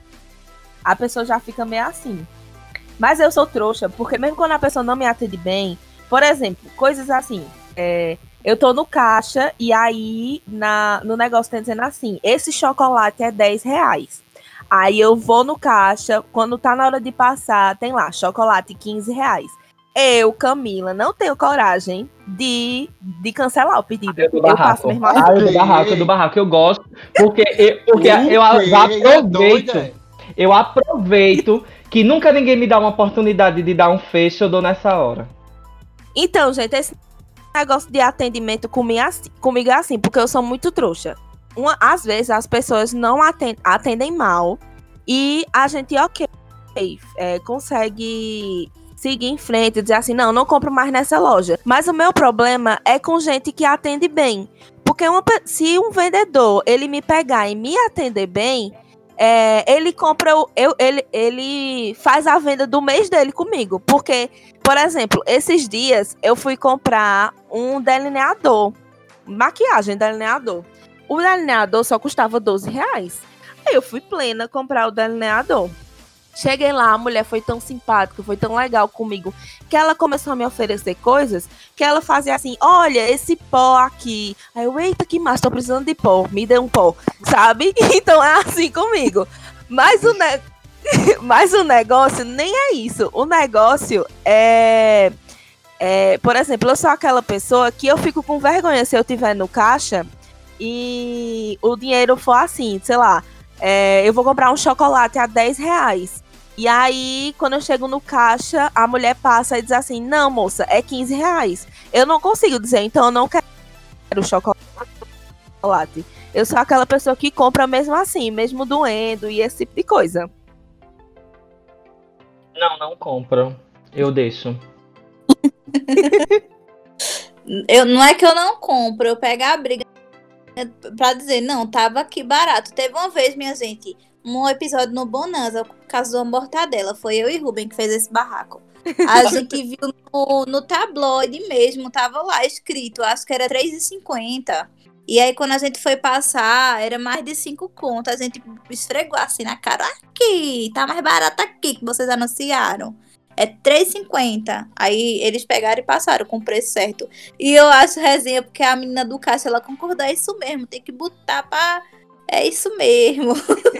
a pessoa já fica meio assim. Mas eu sou trouxa, porque mesmo quando a pessoa não me atende bem, por exemplo, coisas assim, é, eu tô no caixa e aí na, no negócio tá dizendo assim, esse chocolate é dez reais. Aí eu vou no caixa, quando tá na hora de passar, tem lá, chocolate quinze reais. Eu, Camila, não tenho coragem de, de cancelar o pedido. Eu, eu passo mesmo assim. Ah, eu do barraco, eu do barraco, eu gosto, porque eu, porque eu, eu aproveito, eu aproveito que nunca ninguém me dá uma oportunidade de dar um fecho, eu dou nessa hora. Então, gente, esse negócio de atendimento comigo, comigo é assim, porque eu sou muito trouxa. Uma, às vezes as pessoas não atendem, atendem mal e a gente, ok, é, consegue seguir em frente e dizer assim, não, não compro mais nessa loja. Mas o meu problema é com gente que atende bem. Porque uma, se um vendedor, ele me pegar e me atender bem, é, ele compra, eu, ele, ele faz a venda do mês dele comigo. Porque, por exemplo, esses dias eu fui comprar um delineador, maquiagem delineador. O delineador só custava doze reais. Aí eu fui plena comprar o delineador. Cheguei lá, a mulher foi tão simpática, foi tão legal comigo, que ela começou a me oferecer coisas, que ela fazia assim, olha, esse pó aqui. Aí eu, eita, que massa, tô precisando de pó, me dê um pó, sabe? Então é assim comigo. Mas o, ne... Mas o negócio nem é isso. O negócio é... é... Por exemplo, eu sou aquela pessoa que eu fico com vergonha se eu estiver no caixa e o dinheiro for assim, sei lá, é... eu vou comprar um chocolate a dez reais. E aí, quando eu chego no caixa, a mulher passa e diz assim, não, moça, é quinze reais. Eu não consigo dizer, então eu não quero chocolate. Eu sou aquela pessoa que compra mesmo assim, mesmo doendo e esse tipo de coisa. Não, não compro. Eu deixo. eu, não é que eu não compro, eu pego a briga pra dizer, não, tava aqui barato. Teve uma vez, minha gente, um episódio no Bonanza, por causa do Mortadela. Foi eu e Ruben que fez esse barraco. A gente viu no, no tabloide mesmo, tava lá escrito, acho que era três reais e cinquenta centavos. E aí, quando a gente foi passar, era mais de cinco contas. A gente esfregou assim na cara, aqui, tá mais barato aqui que vocês anunciaram. É três reais e cinquenta centavos. Aí eles pegaram e passaram com o preço certo. E eu acho resenha, porque a menina do caixa, ela concordou, é isso mesmo, tem que botar pra... É isso mesmo.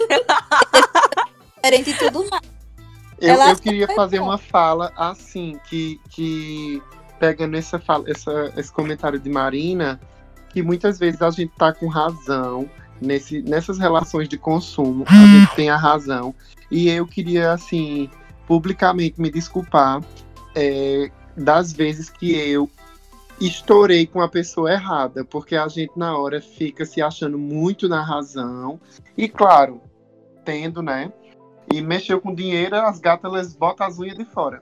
Diferente de tudo mais. Eu, eu queria fazer uma fala assim, que, que pegando essa fala, essa, esse comentário de Marina, que muitas vezes a gente tá com razão nesse, nessas relações de consumo, a gente tem a razão. E eu queria, assim, publicamente me desculpar é, das vezes que eu estourei com a pessoa errada, porque a gente na hora fica se achando muito na razão, e claro, tendo, né, e mexeu com dinheiro, as gatas, elas botam as unhas de fora.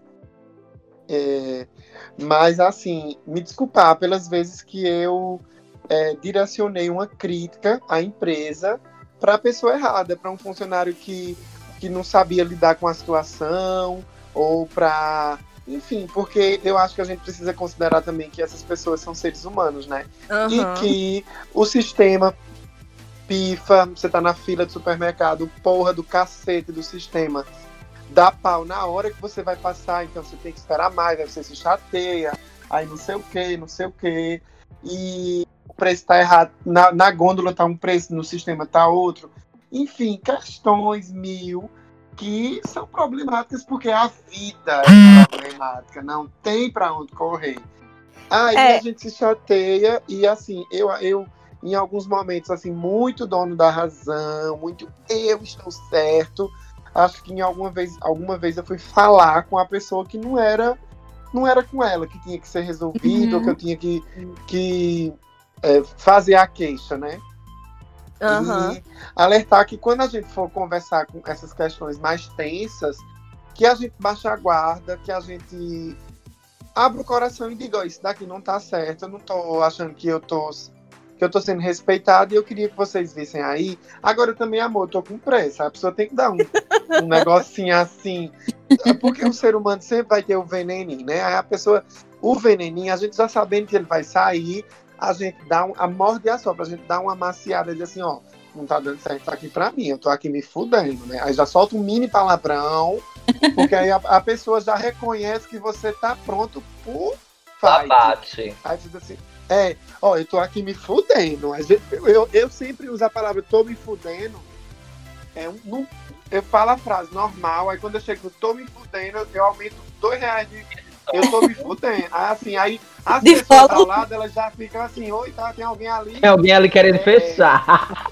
É, mas assim, me desculpar pelas vezes que eu é, direcionei uma crítica à empresa para a pessoa errada, para um funcionário que, que não sabia lidar com a situação, ou para... Enfim, porque eu acho que a gente precisa considerar também que essas pessoas são seres humanos, né? Uhum. E que o sistema pifa, você tá na fila do supermercado, porra do cacete do sistema, dá pau na hora que você vai passar, então você tem que esperar mais, aí você se chateia, aí não sei o que, não sei o que, e o preço tá errado, na, na gôndola tá um preço, no sistema tá outro. Enfim, questões mil... que são problemáticas porque a vida é problemática, não tem pra onde correr. Aí é. a gente se chateia e assim, eu, eu em alguns momentos, assim, muito dono da razão, muito eu estou certo, acho que em alguma vez, alguma vez eu fui falar com a pessoa que não era, não era com ela, que tinha que ser resolvido, uhum. ou que eu tinha que, que é, fazer a queixa, né? Aham. E alertar que quando a gente for conversar com essas questões mais tensas, que a gente baixe a guarda, que a gente abra o coração e diga, ó, isso daqui não tá certo, eu não tô achando que eu tô, que eu tô sendo respeitado e eu queria que vocês vissem aí. Agora também, amor, eu tô com pressa, a pessoa tem que dar um, um negocinho assim, porque o ser humano sempre vai ter o veneninho, né? Aí a pessoa, o veneninho, a gente já sabendo que ele vai sair, a gente dá um, a morde e a sopra, a gente dá uma maciada e diz assim, ó, não tá dando certo aqui pra mim, eu tô aqui me fudendo, né? Aí já solta um mini palavrão, porque aí a, a pessoa já reconhece que você tá pronto pro fight. Abate. Aí você diz assim, é, ó, eu tô aqui me fudendo. Às vezes, eu, eu sempre uso a palavra tô me fudendo, é, um, não, eu falo a frase normal, aí quando eu chego no tô me fudendo, eu, eu aumento dois reais de eu tô me fudendo. Aí assim, aí as De pessoas volta. ao lado, elas já ficam assim, oi, tá, tem alguém ali. Tem alguém ali querendo É. fechar.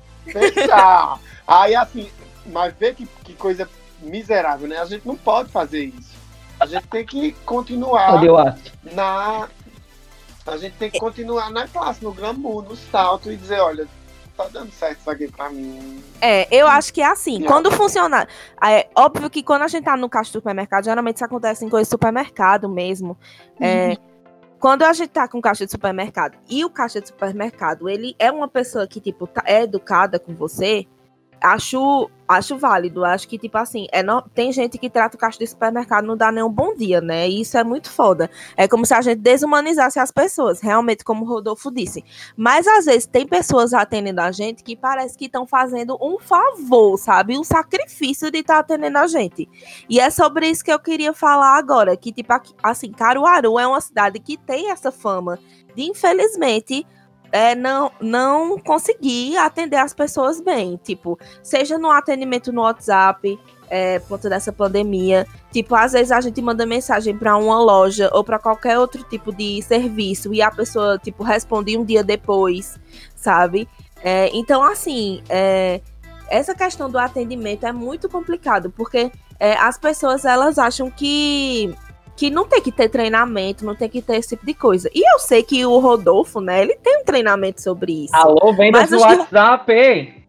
Fechar. Aí assim, mas vê que, que coisa miserável, né? A gente não pode fazer isso. A gente tem que continuar Onde eu acho? na. A gente tem que continuar na classe, no glamour, no salto e dizer, olha, tá dando certo isso aqui pra mim. É, eu acho que é assim, Não. quando funciona, é óbvio que quando a gente tá no caixa do supermercado, geralmente isso acontece em coisa de supermercado mesmo, é, quando a gente tá com caixa de supermercado e o caixa de supermercado, ele é uma pessoa que, tipo, tá, é educada com você, acho, acho válido, acho que, tipo assim, é no, tem gente que trata o caixa de supermercado e não dá nem um bom dia, né, e isso é muito foda, é como se a gente desumanizasse as pessoas, realmente, como o Rodolfo disse, mas às vezes tem pessoas atendendo a gente que parece que estão fazendo um favor, sabe, um sacrifício de estar tá atendendo a gente, e é sobre isso que eu queria falar agora, que, tipo, aqui, assim, Caruaru é uma cidade que tem essa fama de, infelizmente, É, não, não conseguir atender as pessoas bem, tipo, seja no atendimento no WhatsApp, é, por conta dessa pandemia, tipo, às vezes a gente manda mensagem para uma loja ou para qualquer outro tipo de serviço e a pessoa, tipo, responde um dia depois, sabe? É, então, assim, é, essa questão do atendimento é muito complicado, porque é, as pessoas, elas acham que que não tem que ter treinamento, não tem que ter esse tipo de coisa. E eu sei que o Rodolfo, né, ele tem um treinamento sobre isso. Alô, vem Mas do acho que- WhatsApp.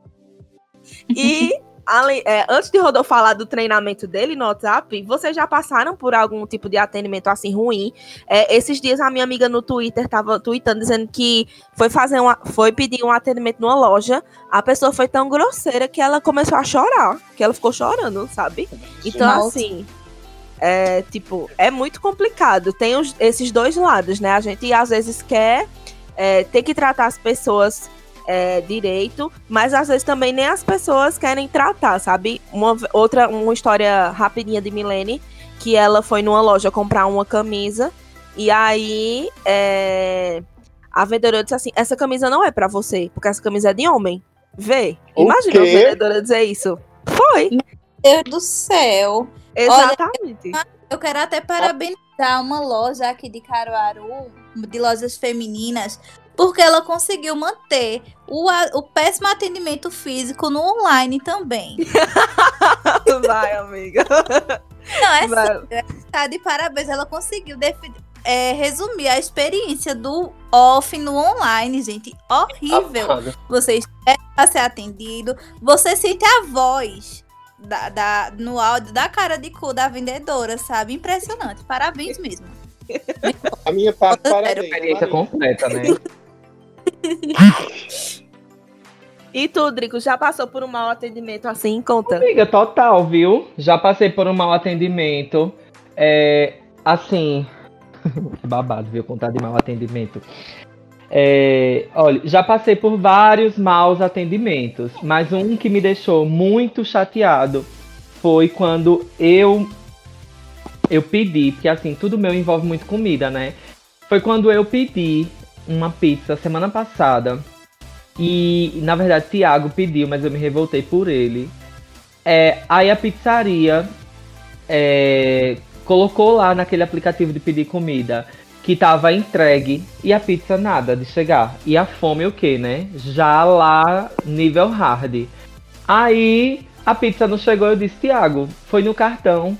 E além, é, antes de Rodolfo falar do treinamento dele no WhatsApp, vocês já passaram por algum tipo de atendimento assim ruim? É, esses dias a minha amiga no Twitter tava tweetando dizendo que foi fazer uma, foi pedir um atendimento numa loja, a pessoa foi tão grosseira que ela começou a chorar, que ela ficou chorando, sabe? Então, Nossa. assim, é, tipo, é muito complicado. Tem os- esses dois lados, né? A gente às vezes quer é, ter que tratar as pessoas é, direito, mas às vezes também nem as pessoas querem tratar, sabe? Uma v- outra, uma história rapidinha de Milene, que ela foi numa loja comprar uma camisa, e aí é, a vendedora disse assim, essa camisa não é pra você, porque essa camisa é de homem. Vê, O imagina a quê? vendedora dizer isso. Foi, Deus do céu. exatamente. Eu quero até parabenizar uma loja aqui de Caruaru, de lojas femininas, porque ela conseguiu manter o, a- o péssimo atendimento físico no online também. Vai, amiga. Não, é Vai. sério, tá de parabéns. Ela conseguiu defi- é, resumir a experiência do off no online, gente. Horrível. Amado. Você espera pra ser atendido, você sente a voz da, da- no áudio da cara de cu da vendedora, sabe? Impressionante. Parabéns mesmo. A minha parte, Sério, parabéns. Experiência Marina. completa, né? E tu, Drico, já passou por um mau atendimento assim? Conta. Amiga, total, viu? Já passei por um mau atendimento. É, assim. Que babado, viu? Contar de mau atendimento. É, olha, já passei por vários maus atendimentos, mas um que me deixou muito chateado foi quando eu eu pedi, porque assim, tudo meu envolve muito comida, né? Foi quando eu pedi uma pizza semana passada. E, na verdade, Thiago pediu, mas eu me revoltei por ele. É, aí a pizzaria é, colocou lá naquele aplicativo de pedir comida que tava entregue e a pizza nada de chegar. E a fome o quê, né? Já lá, nível hard. Aí a pizza não chegou, eu disse, Thiago, foi no cartão,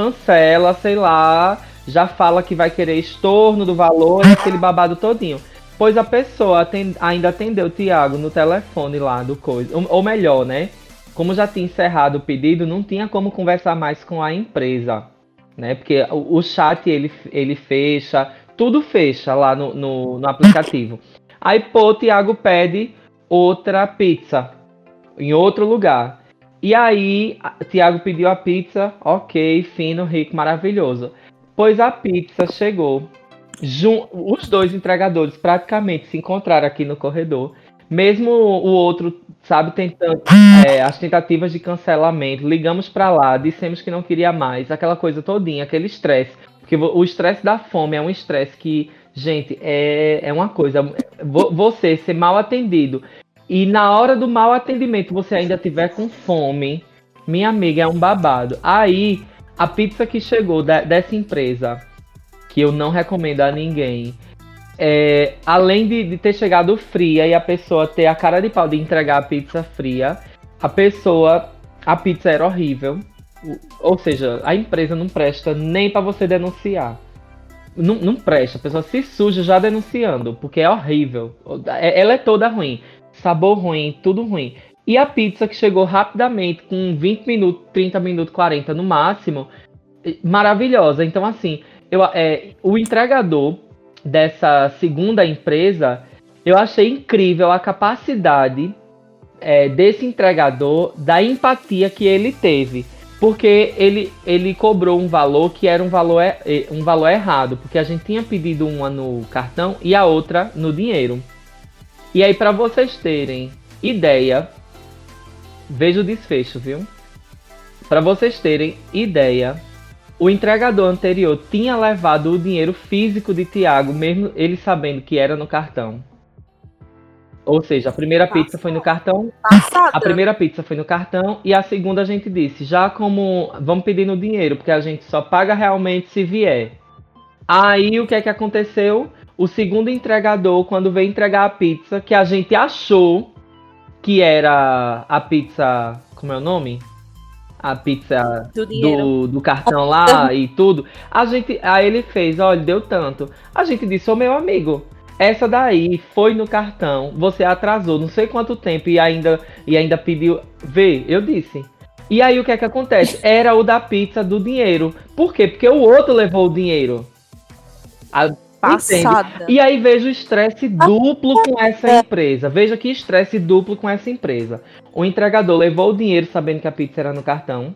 cancela, sei lá, já fala que vai querer estorno do valor, aquele babado todinho. Pois a pessoa atend- ainda atendeu o Thiago no telefone lá do coisa. Ou, ou melhor, né? Como já tinha encerrado o pedido, não tinha como conversar mais com a empresa, né? Porque o, o chat ele, ele fecha, tudo fecha lá no, no, no aplicativo. Aí, pô, o Thiago pede outra pizza em outro lugar. E aí, o Thiago pediu a pizza, ok, fino, rico, maravilhoso. Pois a pizza chegou. Jun- os dois entregadores praticamente se encontraram aqui no corredor. Mesmo o outro, sabe, tentando é, as tentativas de cancelamento. Ligamos pra lá, dissemos que não queria mais. Aquela coisa todinha, aquele estresse. Porque vo- o estresse da fome é um estresse que, gente, é, é uma coisa. vo- Você ser mal atendido e na hora do mal atendimento você ainda tiver com fome, minha amiga, é um babado. Aí, a pizza que chegou da- dessa empresa, que eu não recomendo a ninguém, é, além de, de ter chegado fria e a pessoa ter a cara de pau de entregar a pizza fria, a pessoa, a pizza era horrível. O- Ou seja, a empresa não presta nem pra você denunciar. Não, não presta, a pessoa se suja já denunciando, porque é horrível. É- Ela é toda ruim. Sabor ruim, tudo ruim. E a pizza que chegou rapidamente, com vinte minutos, trinta minutos, quarenta no máximo, maravilhosa. Então, assim, eu, é, o entregador dessa segunda empresa, eu achei incrível a capacidade é, desse entregador, da empatia que ele teve. Porque ele, ele cobrou um valor que era um valor, é- é, um valor errado. Porque a gente tinha pedido uma no cartão e a outra no dinheiro. E aí, para vocês terem ideia, veja o desfecho, viu? Para vocês terem ideia, o entregador anterior tinha levado o dinheiro físico de Thiago, mesmo ele sabendo que era no cartão. Ou seja, a primeira pizza foi no cartão, a primeira pizza foi no cartão e a segunda a gente disse, já como vamos pedir no dinheiro, porque a gente só paga realmente se vier. Aí o que é que aconteceu? O segundo entregador, quando veio entregar a pizza, que a gente achou que era a pizza, como é o nome? A pizza Do dinheiro. do, do cartão lá e tudo. A gente, aí ele fez, olha, deu tanto. A gente disse, ô meu amigo, essa daí foi no cartão, você atrasou não sei quanto tempo e ainda, e ainda pediu. Vê, eu disse. E aí o que é que acontece? Era o da pizza do dinheiro. Por quê? Porque o outro levou o dinheiro. A- Passada. Entende? E aí veja o estresse duplo com essa empresa. Veja que estresse duplo com essa empresa. O entregador levou o dinheiro sabendo que a pizza era no cartão.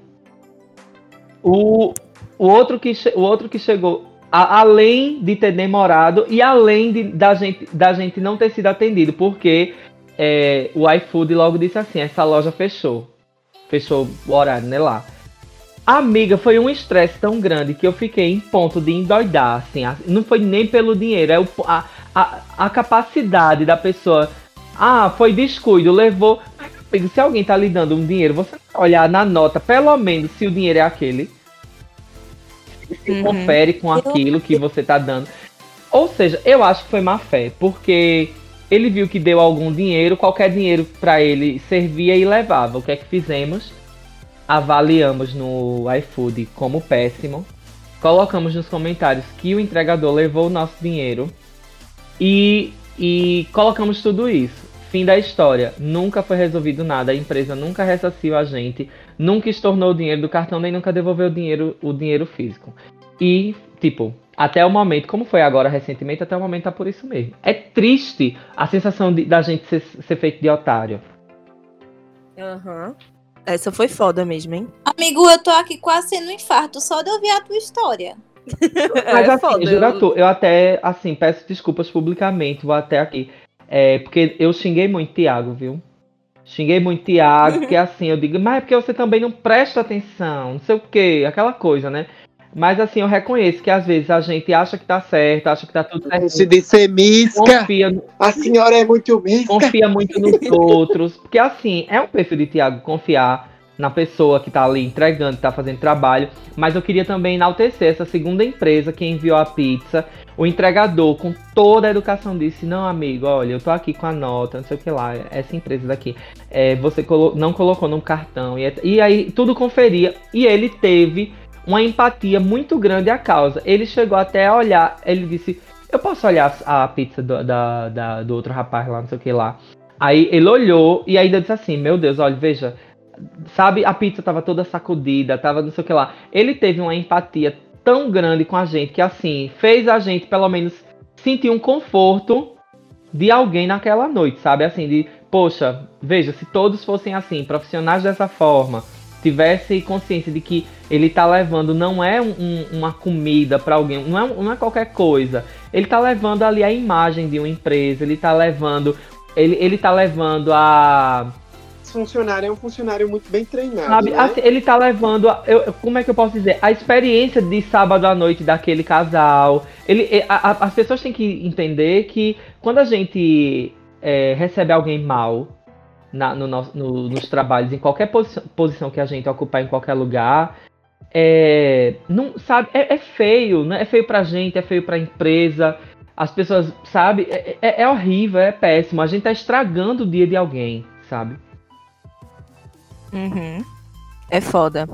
O, o, outro, que, che- o outro que chegou, a- além de ter demorado e além de, da, gente, da gente não ter sido atendido, porque é, o iFood logo disse assim, essa loja fechou. Fechou o horário, né, lá. Amiga, foi um estresse tão grande que eu fiquei em ponto de endoidar, assim, a- não foi nem pelo dinheiro, é o, a, a, a capacidade da pessoa. Ah, foi descuido, levou. Mas, amigo, se alguém tá lhe dando um dinheiro, você vai olhar na nota, pelo menos, se o dinheiro é aquele. Se Uhum. confere com aquilo que você tá dando. Ou seja, eu acho que foi má fé, porque ele viu que deu algum dinheiro, qualquer dinheiro pra ele servia e levava. O que é que fizemos? Avaliamos no iFood como péssimo, colocamos nos comentários que o entregador levou o nosso dinheiro e, e colocamos tudo isso. Fim da história, nunca foi resolvido nada, a empresa nunca ressarciu a gente, nunca estornou o dinheiro do cartão, nem nunca devolveu o dinheiro, o dinheiro físico. E, tipo, até o momento, como foi agora recentemente, até o momento tá por isso mesmo. É triste a sensação de, da gente ser, ser feito de otário. Aham. Essa foi foda mesmo, hein? Amigo, eu tô aqui quase tendo um infarto só de ouvir a tua história. Mas É assim, foda, juro a eu- tu, eu até, assim, peço desculpas publicamente, vou até aqui. É, porque eu xinguei muito Thiago, viu? Xinguei muito Thiago, porque assim, eu digo, mas é porque você também não presta atenção, não sei o quê, aquela coisa, né? Mas assim, eu reconheço que às vezes a gente acha que tá certo, acha que tá tudo certo. Se de ser misca, Confia, no- a senhora é muito misca. confia muito nos outros. Porque assim, é um perfil de Thiago confiar na pessoa que tá ali entregando, que tá fazendo trabalho. Mas eu queria também enaltecer essa segunda empresa que enviou a pizza. O entregador, com toda a educação, disse, não, amigo, olha, eu tô aqui com a nota, não sei o que lá, essa empresa daqui. É, você colo- não colocou no cartão. E, e aí tudo conferia. E ele teve uma empatia muito grande à causa. Ele chegou até a olhar, ele disse, eu posso olhar a pizza do, da, da, do outro rapaz lá, não sei o que lá. Aí ele olhou e ainda disse assim, meu Deus, olha, veja, sabe, a pizza tava toda sacudida, tava não sei o que lá. Ele teve uma empatia tão grande com a gente que assim, fez a gente pelo menos sentir um conforto de alguém naquela noite, sabe? Assim, de, poxa, veja, se todos fossem assim, profissionais dessa forma, tivesse consciência de que ele tá levando, não é um, uma comida para alguém, não é, não é qualquer coisa. Ele tá levando ali a imagem de uma empresa, ele tá levando, ele, ele tá levando a... Esse funcionário é um funcionário muito bem treinado, sabe? né? Assim, ele tá levando, a, eu, como é que eu posso dizer? A experiência de sábado à noite daquele casal. Ele, a, a, as pessoas têm que entender que quando a gente é, recebe alguém mal, Na, no, no, nos trabalhos, em qualquer posi- posição que a gente ocupar em qualquer lugar, é, não, sabe, é, é feio, né? É feio pra gente, é feio pra empresa, as pessoas, sabe, é, é, é horrível, é péssimo, a gente tá estragando o dia de alguém, sabe? Uhum. É foda.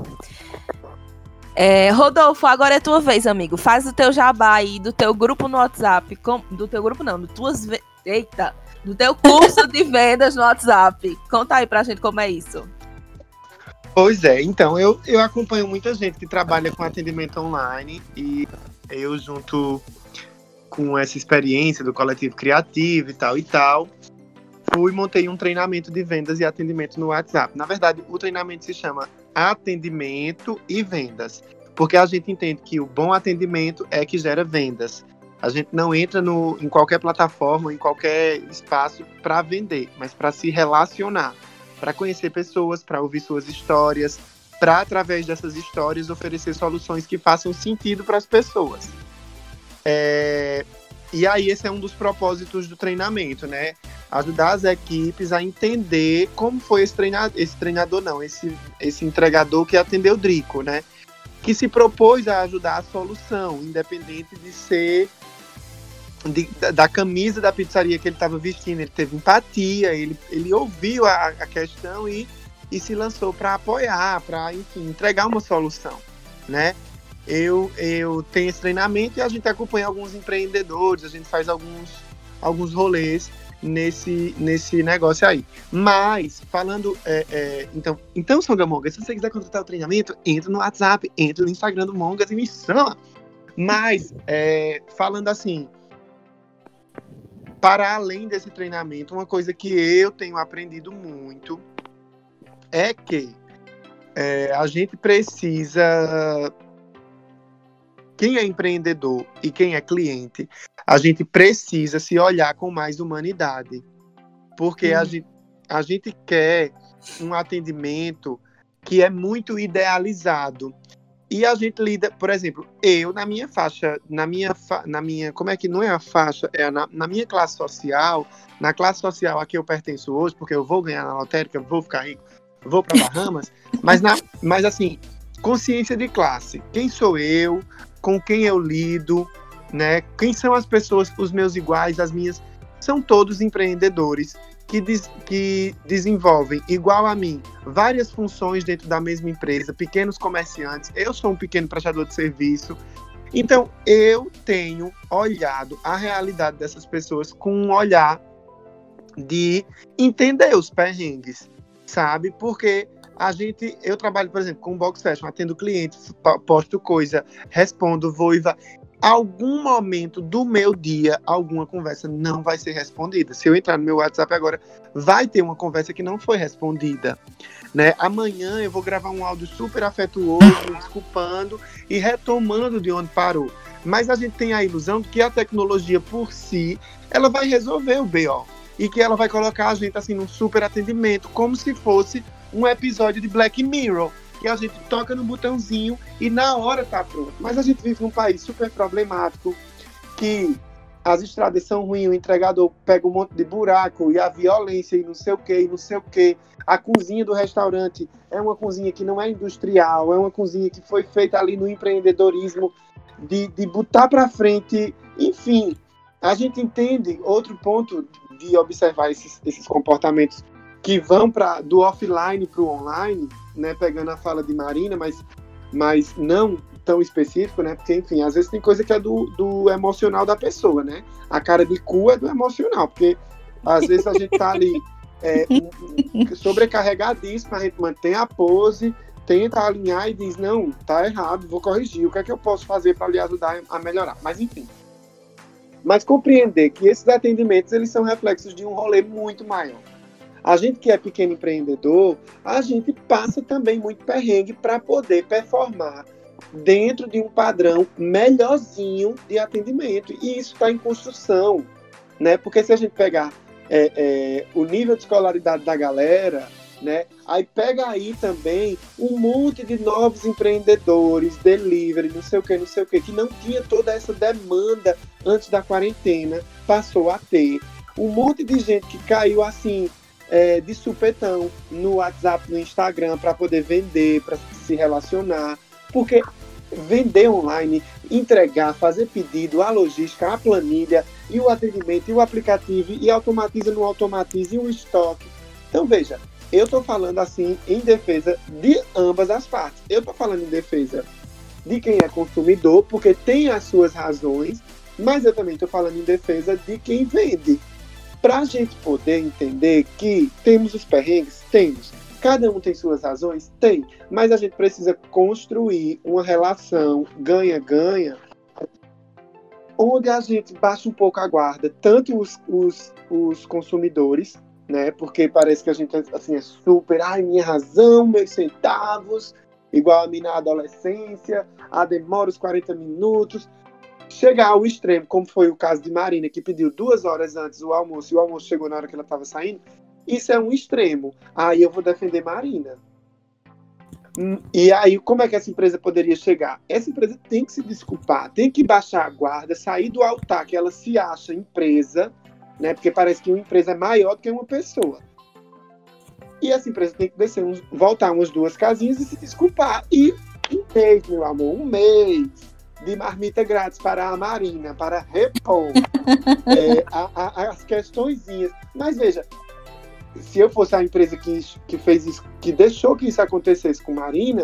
É, Rodolfo, agora é tua vez, amigo. Faz o teu jabá aí do teu grupo no WhatsApp, com, do teu grupo não, do tuas, ve- eita, do teu curso de vendas no WhatsApp. Conta aí pra gente como é isso. Pois é, então, eu, eu acompanho muita gente que trabalha com atendimento online e eu, junto com essa experiência do coletivo criativo e tal e tal, fui e montei um treinamento de vendas e atendimento no WhatsApp. Na verdade, o treinamento se chama Atendimento e Vendas, porque a gente entende que o bom atendimento é que gera vendas. A gente não entra no, em qualquer plataforma, em qualquer espaço para vender, mas para se relacionar, para conhecer pessoas, para ouvir suas histórias, para, através dessas histórias, oferecer soluções que façam sentido para as pessoas. É, e aí esse é um dos propósitos do treinamento, né? Ajudar as equipes a entender como foi esse treinador, esse treinador não, esse, esse entregador que atendeu o Drico, né? Que se propôs a ajudar a solução, independente de ser de, da, da camisa da pizzaria que ele estava vestindo. Ele teve empatia, ele, ele ouviu a, a questão e, e se lançou para apoiar, para, enfim, entregar uma solução, né? Eu, eu tenho esse treinamento e a gente acompanha alguns empreendedores, a gente faz alguns, alguns rolês nesse, nesse negócio aí. Mas, falando... É, é, então, então, Songa Mongas, se você quiser contratar o treinamento, entra no WhatsApp, entra no Instagram do Mongas e me chama. Mas, é, falando assim, para além desse treinamento, uma coisa que eu tenho aprendido muito é que é, a gente precisa... Quem é empreendedor e quem é cliente, a gente precisa se olhar com mais humanidade. Porque hum. a, gente, a gente quer um atendimento que é muito idealizado. E a gente lida, por exemplo, eu na minha faixa, na minha, fa, na minha como é que não é a faixa, é na, na minha classe social, na classe social a que eu pertenço hoje, porque eu vou ganhar na lotérica, vou ficar rico, vou para Bahamas, mas, na, mas assim, consciência de classe. Quem sou eu? Com quem eu lido, né? Quem são as pessoas, os meus iguais, as minhas... São todos empreendedores que, des, que desenvolvem, igual a mim, várias funções dentro da mesma empresa, pequenos comerciantes. Eu sou um pequeno prestador de serviço. Então, eu tenho olhado a realidade dessas pessoas com um olhar de entender os perrengues, sabe? Porque... A gente, eu trabalho, por exemplo, com box fashion, atendo clientes, posto coisa, respondo, voiva. Algum momento do meu dia, alguma conversa não vai ser respondida. Se eu entrar no meu WhatsApp agora, vai ter uma conversa que não foi respondida, né? Amanhã eu vou gravar um áudio super afetuoso, me desculpando e retomando de onde parou. Mas a gente tem a ilusão de que a tecnologia por si, ela vai resolver o B O. E que ela vai colocar a gente assim num super atendimento, como se fosse um episódio de Black Mirror, que a gente toca no botãozinho e na hora tá pronto. Mas a gente vive num país super problemático, que as estradas são ruins, o entregador pega um monte de buraco, e a violência, e não sei o que, e não sei o que. A cozinha do restaurante é uma cozinha que não é industrial, é uma cozinha que foi feita ali no empreendedorismo, de, de botar pra frente, enfim. A gente entende, outro ponto de observar esses, esses comportamentos que vão pra, do offline para o online, né, pegando a fala de Marina, mas, mas não tão específico, né? Porque, enfim, às vezes tem coisa que é do, do emocional da pessoa, né? A cara de cu é do emocional, porque às vezes a gente tá ali é, sobrecarregadíssimo, a gente mantém a pose, tenta alinhar e diz, não, tá errado, vou corrigir, o que é que eu posso fazer para lhe ajudar a melhorar? Mas, enfim. Mas compreender que esses atendimentos, eles são reflexos de um rolê muito maior. A gente que é pequeno empreendedor, a gente passa também muito perrengue para poder performar dentro de um padrão melhorzinho de atendimento. E isso está em construção, né? Porque se a gente pegar é, é, o nível de escolaridade da galera, né? Aí pega aí também um monte de novos empreendedores, delivery, não sei o que, não sei o que, que não tinha toda essa demanda antes da quarentena, passou a ter. Um monte de gente que caiu assim, é, de supetão no WhatsApp, no Instagram, para poder vender, para se relacionar. Porque vender online, entregar, fazer pedido, a logística, a planilha, e o atendimento, e o aplicativo, e automatiza, não automatiza, e o estoque. Então, veja, eu estou falando assim em defesa de ambas as partes. Eu estou falando em defesa de quem é consumidor, porque tem as suas razões, mas eu também estou falando em defesa de quem vende. Para a gente poder entender que temos os perrengues, temos. Cada um tem suas razões? Tem. Mas a gente precisa construir uma relação ganha-ganha, onde a gente baixa um pouco a guarda, tanto os, os, os consumidores, né? Porque parece que a gente assim, é super, ai, minha razão, meus centavos, igual a mim na adolescência, a demora os quarenta minutos. Chegar ao extremo, como foi o caso de Marina, que pediu duas horas antes o almoço, e o almoço chegou na hora que ela estava saindo, isso é um extremo. Aí eu vou defender Marina. E aí, como é que essa empresa poderia chegar? Essa empresa tem que se desculpar, tem que baixar a guarda, sair do altar que ela se acha empresa, né? Porque parece que uma empresa é maior do que uma pessoa. E essa empresa tem que descer uns, voltar umas duas casinhas e se desculpar. E um mês, meu amor, um mês de marmita grátis para a Marina, para repor é, a, a, as questõezinhas. Mas veja, se eu fosse a empresa que, que fez isso, que deixou que isso acontecesse com Marina,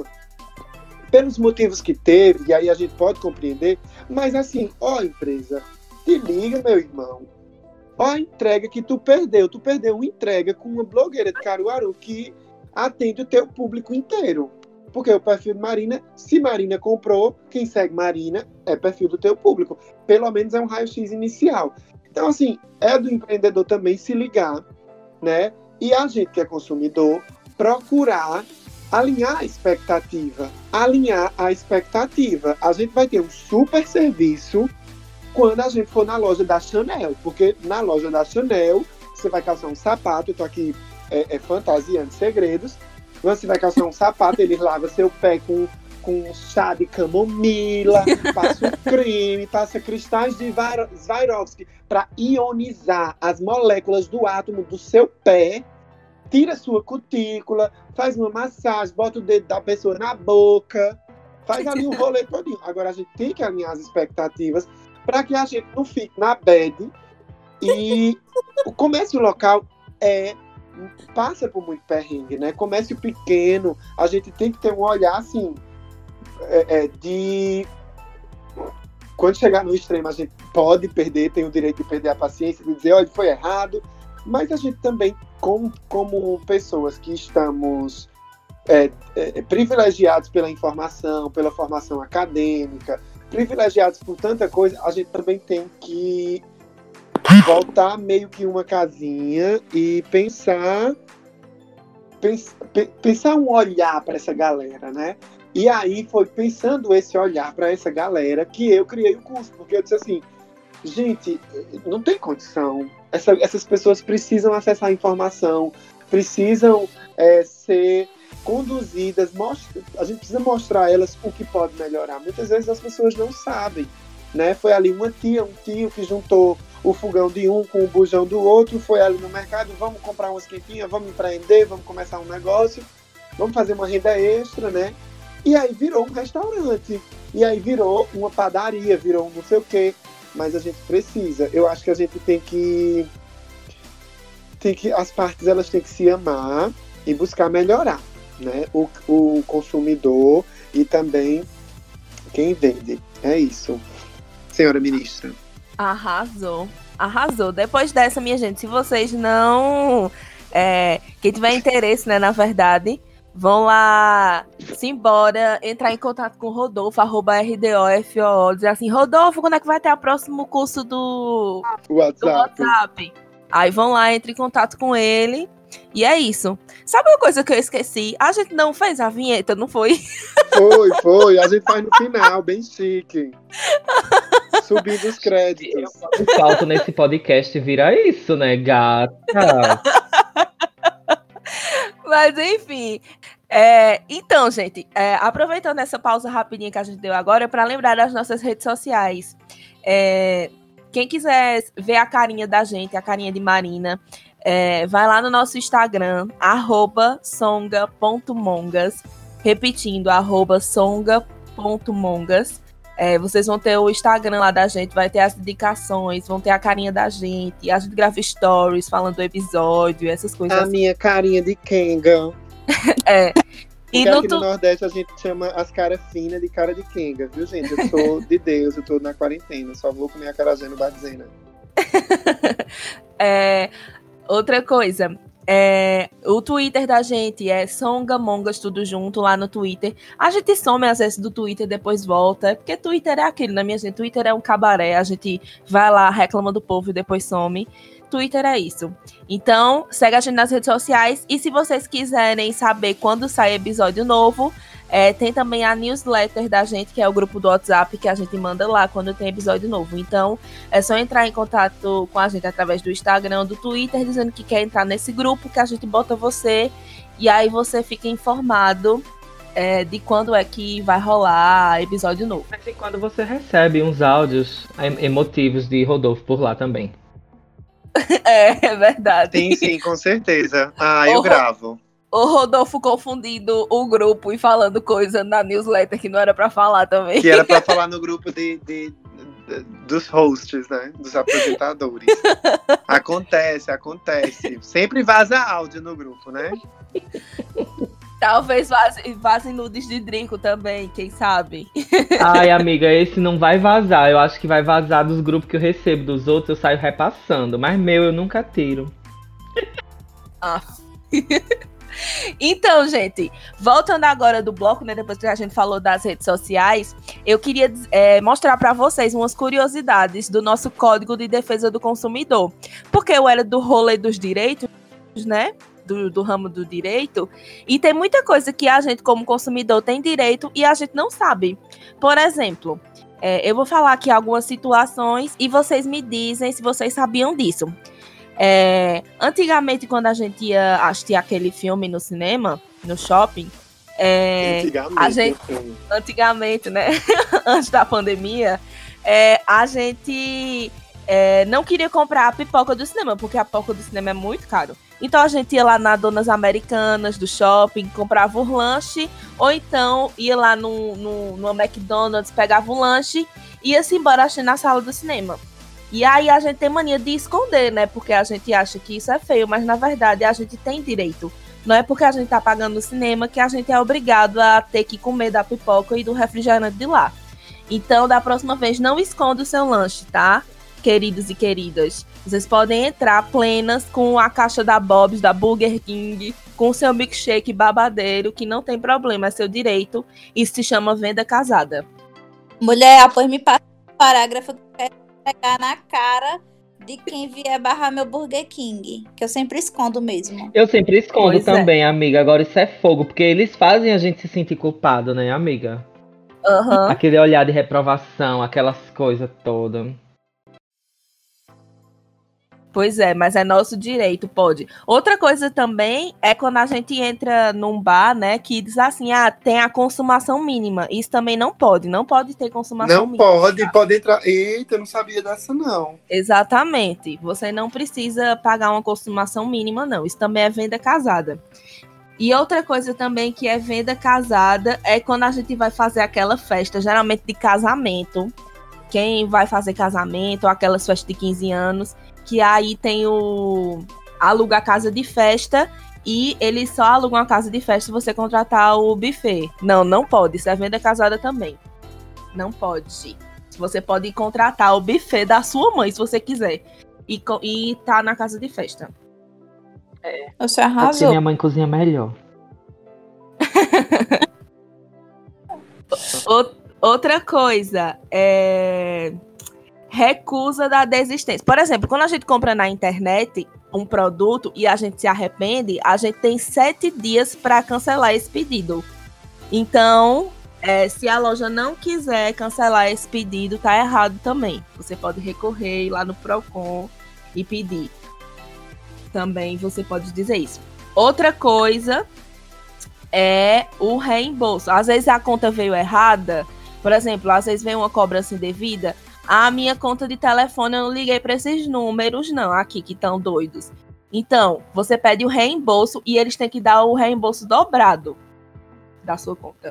pelos motivos que teve, e aí a gente pode compreender, mas assim, ó empresa, te liga, meu irmão, ó a entrega que tu perdeu, tu perdeu uma entrega com uma blogueira de Caruaru que atende o teu público inteiro. Porque o perfil de Marina, se Marina comprou, quem segue Marina é perfil do teu público. Pelo menos é um raio-x inicial. Então, assim, é do empreendedor também se ligar, né? E a gente que é consumidor, procurar alinhar a expectativa. Alinhar a expectativa. A gente vai ter um super serviço quando a gente for na loja da Chanel. Porque na loja da Chanel, você vai calçar um sapato, eu tô aqui é, é, fantasiando segredos, você vai calçar um sapato, ele lava seu pé com, com chá de camomila, passa um creme, passa cristais de Swarovski para ionizar as moléculas do átomo do seu pé, tira sua cutícula, faz uma massagem, bota o dedo da pessoa na boca, faz ali um rolê todinho. Agora a gente tem que alinhar as expectativas para que a gente não fique na bad. E o comércio local é passa por muito perrengue, né? Comércio pequeno, a gente tem que ter um olhar assim é, é, de quando chegar no extremo a gente pode perder, tem o direito de perder a paciência, de dizer, olha, foi errado, mas a gente também, como, como pessoas que estamos é, é, privilegiados pela informação, pela formação acadêmica, privilegiados por tanta coisa, a gente também tem que voltar meio que uma casinha e pensar pens, pensar um olhar para essa galera, né? E aí foi pensando esse olhar para essa galera que eu criei o curso, porque eu disse assim, gente, não tem condição, essa, essas pessoas precisam acessar a informação, precisam é, ser conduzidas, mostra, a gente precisa mostrar a elas o que pode melhorar. Muitas vezes as pessoas não sabem, né? Foi ali uma tia, um tio que juntou o fogão de um com o bujão do outro, foi ali no mercado, vamos comprar umas quentinhas, vamos empreender, vamos começar um negócio, vamos fazer uma renda extra, né? E aí virou um restaurante, e aí virou uma padaria, virou um não sei o quê, mas a gente precisa, eu acho que a gente tem que, tem que as partes elas têm que se amar e buscar melhorar, né? O, o consumidor e também Quem vende. É isso. Senhora ministra. Arrasou. Arrasou. Depois dessa, minha gente, se vocês não... É, quem tiver interesse, né, na verdade, vão lá, simbora, entrar em contato com o Rodolfo, arroba R D O F O O, dizer assim, Rodolfo, quando é que vai ter o próximo curso do WhatsApp? do WhatsApp? Aí vão lá, entre em contato com ele. E é isso. Sabe uma coisa que eu esqueci? A gente não fez a vinheta, não foi? Foi, foi. A gente faz no final, bem chique. Subindo os créditos. O falta nesse podcast vira isso, né, gata? Mas enfim. É, então, gente, é, aproveitando essa pausa rapidinha que a gente deu agora, para lembrar das nossas redes sociais. É, quem quiser ver a carinha da gente, a carinha de Marina, é, vai lá no nosso Instagram, arroba songa ponto mongas, repetindo, arroba songa ponto mongas. É, vocês vão ter o Instagram lá da gente, vai ter as indicações, vão ter a carinha da gente, a gente grava stories falando do episódio, essas coisas A assim. minha carinha de Kenga. É. Porque E no aqui tu... no Nordeste a gente chama as caras finas de cara de Kenga, viu, gente? Eu sou de Deus, eu tô na quarentena, só vou comer acarajé no Badzena. é, outra coisa, é, o Twitter da gente é Songamongas, tudo junto lá no Twitter. A gente some às vezes do Twitter, depois volta, porque Twitter é aquilo, né, minha gente? Twitter é um cabaré, a gente vai lá, reclama do povo e depois some. Twitter é isso. Então, segue a gente nas redes sociais. E se vocês quiserem saber quando sai episódio novo, é, tem também a newsletter da gente, que é o grupo do WhatsApp, que a gente manda lá quando tem episódio novo. Então, é só entrar em contato com a gente através do Instagram ou do Twitter, dizendo que quer entrar nesse grupo, que a gente bota você. E aí você fica informado é, de quando é que vai rolar episódio novo. Mas e quando você recebe uns áudios emotivos de Rodolfo por lá também? É, é verdade. Sim, sim, com certeza. Ah, eu Oh. gravo. O Rodolfo confundindo o grupo e falando coisa na newsletter que não era pra falar também. Que era pra falar no grupo de, de- de- dos hosts, né? Dos apresentadores. Acontece, acontece. Sempre vaza áudio no grupo, né? Talvez vazem vaze nudes de Drico também, quem sabe? Ai, amiga, esse não vai vazar. Eu acho que vai vazar dos grupos que eu recebo. Dos outros eu saio repassando. Mas meu, eu nunca tiro. Ah. Então, gente, voltando agora do bloco, né? Depois que a gente falou das redes sociais, eu queria é, mostrar pra vocês umas curiosidades do nosso Código de Defesa do Consumidor. Porque eu era do rolê dos direitos, né? Do, do ramo do direito, e tem muita coisa que a gente, como consumidor, tem direito e a gente não sabe. Por exemplo, é, eu vou falar aqui algumas situações e vocês me dizem se vocês sabiam disso. É, antigamente, quando a gente ia assistir aquele filme no cinema, no shopping, é, Antigamente. a gente, assim. antigamente, né? Antes da pandemia, é, a gente é, não queria comprar a pipoca do cinema, porque a pipoca do cinema é muito caro. Então a gente ia lá na Donas Americanas do shopping, comprava um lanche, ou então ia lá no, no, no McDonald's, pegava um lanche e ia-se embora assistir na sala do cinema. E aí a gente tem mania de esconder, né? Porque a gente acha que isso é feio, mas na verdade a gente tem direito. Não é porque a gente tá pagando no cinema que a gente é obrigado a ter que comer da pipoca e do refrigerante de lá. Então, da próxima vez, não esconda o seu lanche, tá? Queridos e queridas. Vocês podem entrar plenas com a caixa da Bob's, da Burger King, com o seu milkshake babadeiro, que não tem problema, é seu direito. Isso se chama venda casada. Mulher, pois me passa um parágrafo que eu quero pegar na cara de quem vier barrar meu Burger King, que eu sempre escondo mesmo. Eu sempre escondo Pois é. também, amiga. Agora isso é fogo, porque eles fazem a gente se sentir culpado, né, amiga? Aham. Aquele olhar de reprovação, aquelas coisas todas. Pois é, mas é nosso direito, pode. Outra coisa também é quando a gente entra num bar, né, que diz assim, ah, tem a consumação mínima. Isso também não pode, não pode ter consumação Não mínima. pode, pode entrar. Eita, eu não sabia dessa, não. Exatamente. Você não precisa pagar uma consumação mínima, não. Isso também é venda casada. E outra coisa também que é venda casada é quando a gente vai fazer aquela festa, geralmente de casamento. Quem vai fazer casamento, ou aquelas festas de quinze anos, que aí tem o aluga a casa de festa e eles só alugam a casa de festa se você contratar o buffet. Não, não pode. Isso é venda casada também. Não pode. Você pode contratar o buffet da sua mãe, se você quiser. E, co- e tá na casa de festa. Você Porque arrasou. minha mãe cozinha melhor. O- outra coisa, é... recusa da desistência. Por exemplo, quando a gente compra na internet um produto e a gente se arrepende, a gente tem sete dias para cancelar esse pedido. Então, é, se a loja não quiser cancelar esse pedido, tá errado também. Você pode recorrer ir lá no Procon e pedir. Também você pode dizer isso. Outra coisa é o reembolso. Às vezes a conta veio errada. Por exemplo, às vezes vem uma cobrança indevida. A minha conta de telefone, eu não liguei para esses números, não, aqui, que estão doidos. Então, você pede o reembolso e eles têm que dar o reembolso dobrado da sua conta.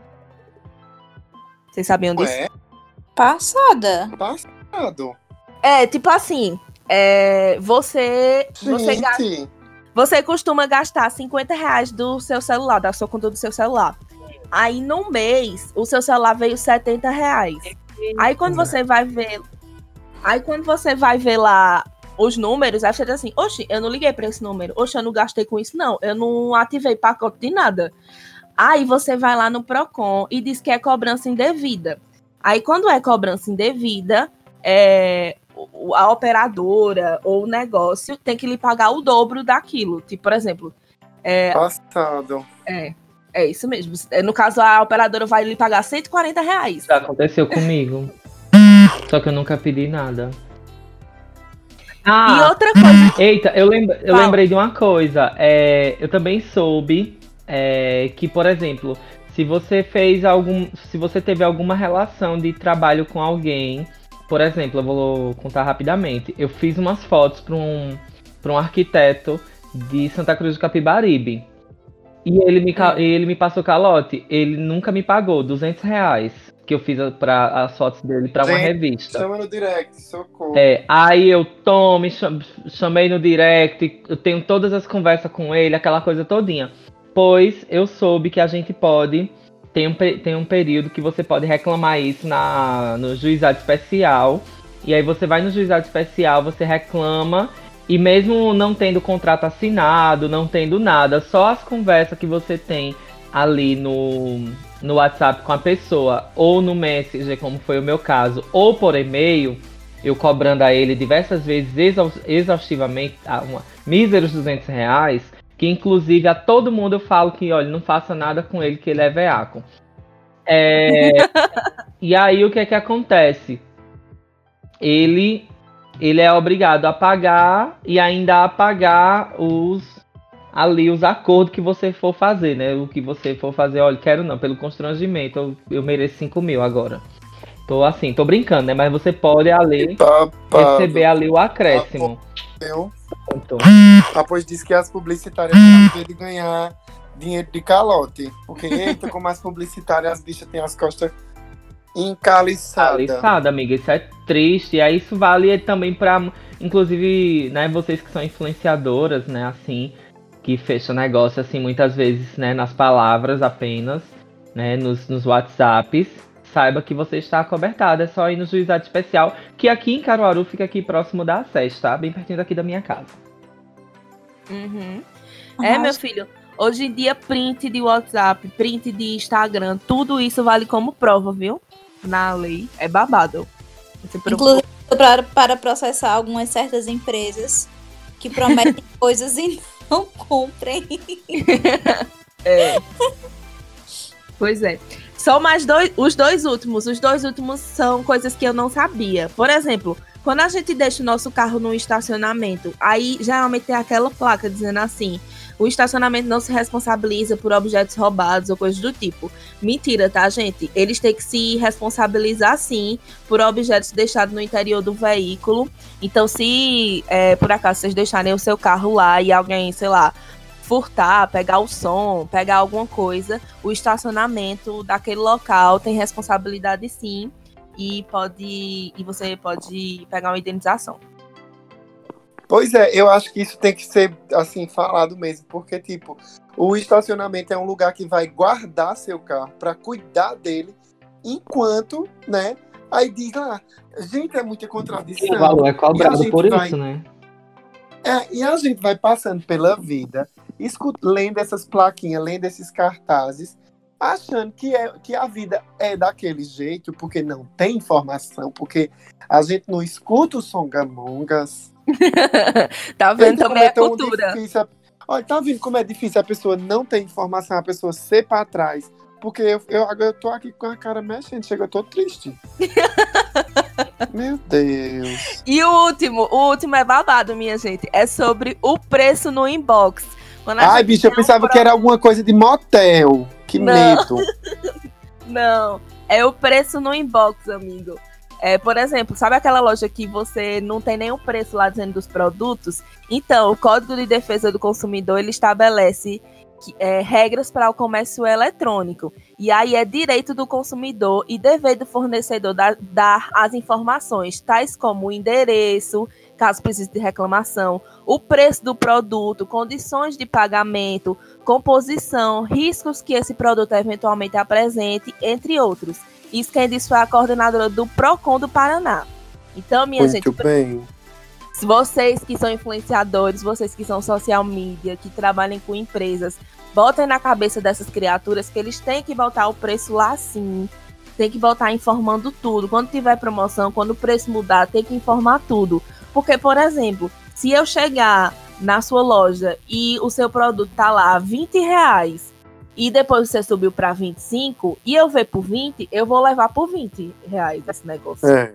Vocês sabiam disso? Ué, Passada. passado. É, tipo assim, é, você, você, gasta, Gente, você costuma gastar cinquenta reais do seu celular, da sua conta do seu celular. Aí, no mês, o seu celular veio setenta reais. Aí quando você vai ver. Aí quando você vai ver lá os números, aí você diz assim, oxe, eu não liguei pra esse número. Oxe, eu não gastei com isso, não. Eu não ativei pacote de nada. Aí você vai lá no Procon e diz que é cobrança indevida. Aí quando é cobrança indevida, é, o- a operadora ou o negócio tem que lhe pagar o dobro daquilo. Tipo, por exemplo, passado. é, é isso mesmo. No caso, a operadora vai lhe pagar cento e quarenta reais. Isso aconteceu comigo. Só que eu nunca pedi nada. E Ah, outra coisa. eita, eu, lembra- eu Fala. lembrei de uma coisa. É, eu também soube é, que, por exemplo, se você fez algum. Se você teve alguma relação de trabalho com alguém, por exemplo, eu vou contar rapidamente. Eu fiz umas fotos para um, para um arquiteto de Santa Cruz do Capibaribe. E ele me, ca- ele me passou calote. Ele nunca me pagou duzentos reais que eu fiz para as fotos dele para uma Gente, revista. Chama no direct, socorro. É, aí eu tome, chamei no direct, eu tenho todas as conversas com ele, aquela coisa todinha. Pois eu soube que a gente pode, tem um, pe- tem um período que você pode reclamar isso na, no juizado especial. E aí você vai no juizado especial, você reclama, e mesmo não tendo contrato assinado, não tendo nada, só as conversas que você tem ali no, no WhatsApp com a pessoa, ou no Messenger, como foi o meu caso, ou por e-mail, eu cobrando a ele diversas vezes exaus- exaustivamente, ah, uma, míseros duzentos reais, que inclusive a todo mundo eu falo que, olha, não faça nada com ele, que ele é veaco. É, e aí o que é que acontece? Ele, ele é obrigado a pagar e ainda a pagar os ali os acordos que você for fazer, né? O que você for fazer, olha, quero não, pelo constrangimento, eu, eu mereço cinco mil agora. Tô assim, tô brincando, né? Mas você pode ali Papado. receber ali o acréscimo. Eu, Então, após disse que as publicitárias têm medo de ganhar dinheiro de calote. Porque, eita, como as publicitárias, as bichas têm as costas encaliçadas. Alissada, amiga, isso é triste. E aí isso vale também pra, inclusive, né, vocês que são influenciadoras, né, assim, que fecham negócio, assim, muitas vezes, né, nas palavras apenas, né, nos, nos WhatsApps. Saiba que você está acobertada, é só ir no juizado especial, que aqui em Caruaru fica aqui próximo da SES, tá? Bem pertinho daqui da minha casa. Uhum. É, meu filho, hoje em dia, print de WhatsApp, print de Instagram, tudo isso vale como prova, viu? Na lei, é babado. Você preocupa- Inclusive para, para processar algumas certas empresas que prometem coisas e não cumprem. É. Pois é. Só mais dois, os dois últimos. Os dois últimos são coisas que eu não sabia. Por exemplo, quando a gente deixa o nosso carro no estacionamento, aí geralmente tem aquela placa dizendo assim: o estacionamento não se responsabiliza por objetos roubados ou coisas do tipo. Mentira, tá, gente? Eles têm que se responsabilizar, sim, por objetos deixados no interior do veículo. Então, se é, por acaso vocês deixarem o seu carro lá e alguém, sei lá, furtar, pegar o som, pegar alguma coisa, o estacionamento daquele local tem responsabilidade, sim, e pode e você pode pegar uma indenização. Pois é, eu acho que isso tem que ser, assim, falado mesmo, porque, tipo, o estacionamento é um lugar que vai guardar seu carro, para cuidar dele, enquanto, né? Aí diz lá, gente, é muita contradição. E o valor é cobrado por vai, isso, né? É, e a gente vai passando pela vida, escut, lendo essas plaquinhas, lendo esses cartazes, achando que, é, que a vida é daquele jeito, porque não tem informação, porque a gente não escuta os songamongas. Tá vendo também a cultura. Difícil, olha, tá vendo como é difícil a pessoa não ter informação, a pessoa ser pra trás. Porque eu, eu, agora eu tô aqui com a cara mexendo, chega, eu tô triste. Meu Deus. E o último, o último é babado, minha gente. É sobre o preço no inbox. Ai, bicho, eu pensava que era alguma coisa de motel. Que não. medo. Não, é o preço no inbox, amigo. É, por exemplo, sabe aquela loja que você não tem nenhum preço lá dizendo dos produtos? Então, o Código de Defesa do Consumidor, ele estabelece que, é, regras para o comércio eletrônico. E aí é direito do consumidor e dever do fornecedor dar, dar as informações, tais como o endereço, caso precise de reclamação, o preço do produto, condições de pagamento, composição, riscos que esse produto eventualmente apresente, entre outros. Isso quem disse foi a coordenadora do Procon do Paraná. Então, minha Muito gente, bem. se vocês que são influenciadores, vocês que são social media, que trabalham com empresas, botem na cabeça dessas criaturas que eles têm que botar o preço lá sim. Tem que botar informando tudo. Quando tiver promoção, quando o preço mudar, tem que informar tudo. Porque, por exemplo, se eu chegar na sua loja e o seu produto tá lá vinte reais e depois você subiu para vinte e cinco e eu ver por vinte, eu vou levar por vinte reais esse negócio. É.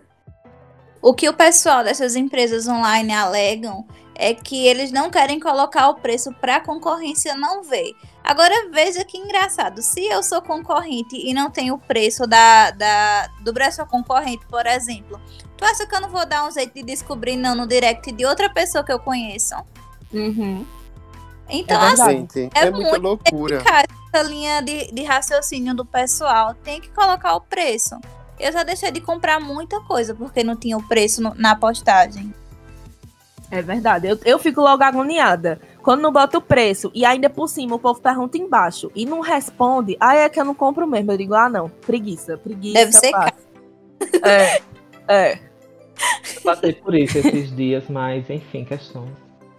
O que o pessoal dessas empresas online alegam é que eles não querem colocar o preço para a concorrência não ver. Agora veja que engraçado, se eu sou concorrente e não tenho o preço da, da, do brechó concorrente, por exemplo, tu acha que eu não vou dar um jeito de descobrir não no direct de outra pessoa que eu conheço? Uhum. Então, É assim, Gente, é, é muita muito loucura. eficaz essa linha de, de raciocínio do pessoal. Tem que colocar o preço. Eu já deixei de comprar muita coisa porque não tinha o preço no, na postagem. É verdade, eu, eu fico logo agoniada. Quando não bota o preço e ainda por cima o povo pergunta embaixo e não responde, aí é que eu não compro mesmo. Eu digo, ah não, preguiça, preguiça. Deve ser caro. É, é. Eu passei por isso esses dias, mas enfim, questões.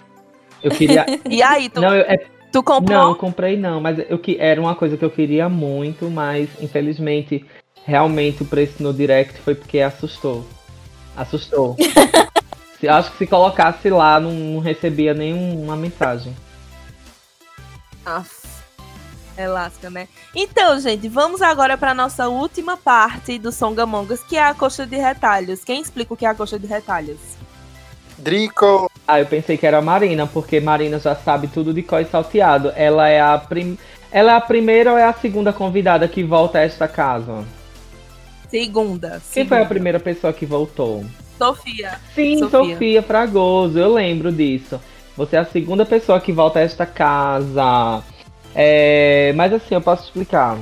Eu queria. E aí, tu, não, eu, é... tu comprou? Não, comprei não, mas eu que era uma coisa que eu queria muito, mas infelizmente, realmente o preço no direct foi porque assustou. Assustou. se, acho que se colocasse lá, não, não recebia nenhuma mensagem. Aff, é lasca, né? Então, gente, vamos agora para nossa última parte do Songamongas, que é a coxa de retalhos. Quem explica o que é a coxa de retalhos? Drico. Ah, eu pensei que era a Marina, porque Marina já sabe tudo de Có e Salteado. Ela é a prim... ela é a primeira ou é a segunda convidada que volta a esta casa? Segunda. Quem segunda. foi a primeira pessoa que voltou? Sofia. Sim, Sofia. Sofia Fragoso, eu lembro disso. Você é a segunda pessoa que volta a esta casa. É... Mas assim, eu posso explicar.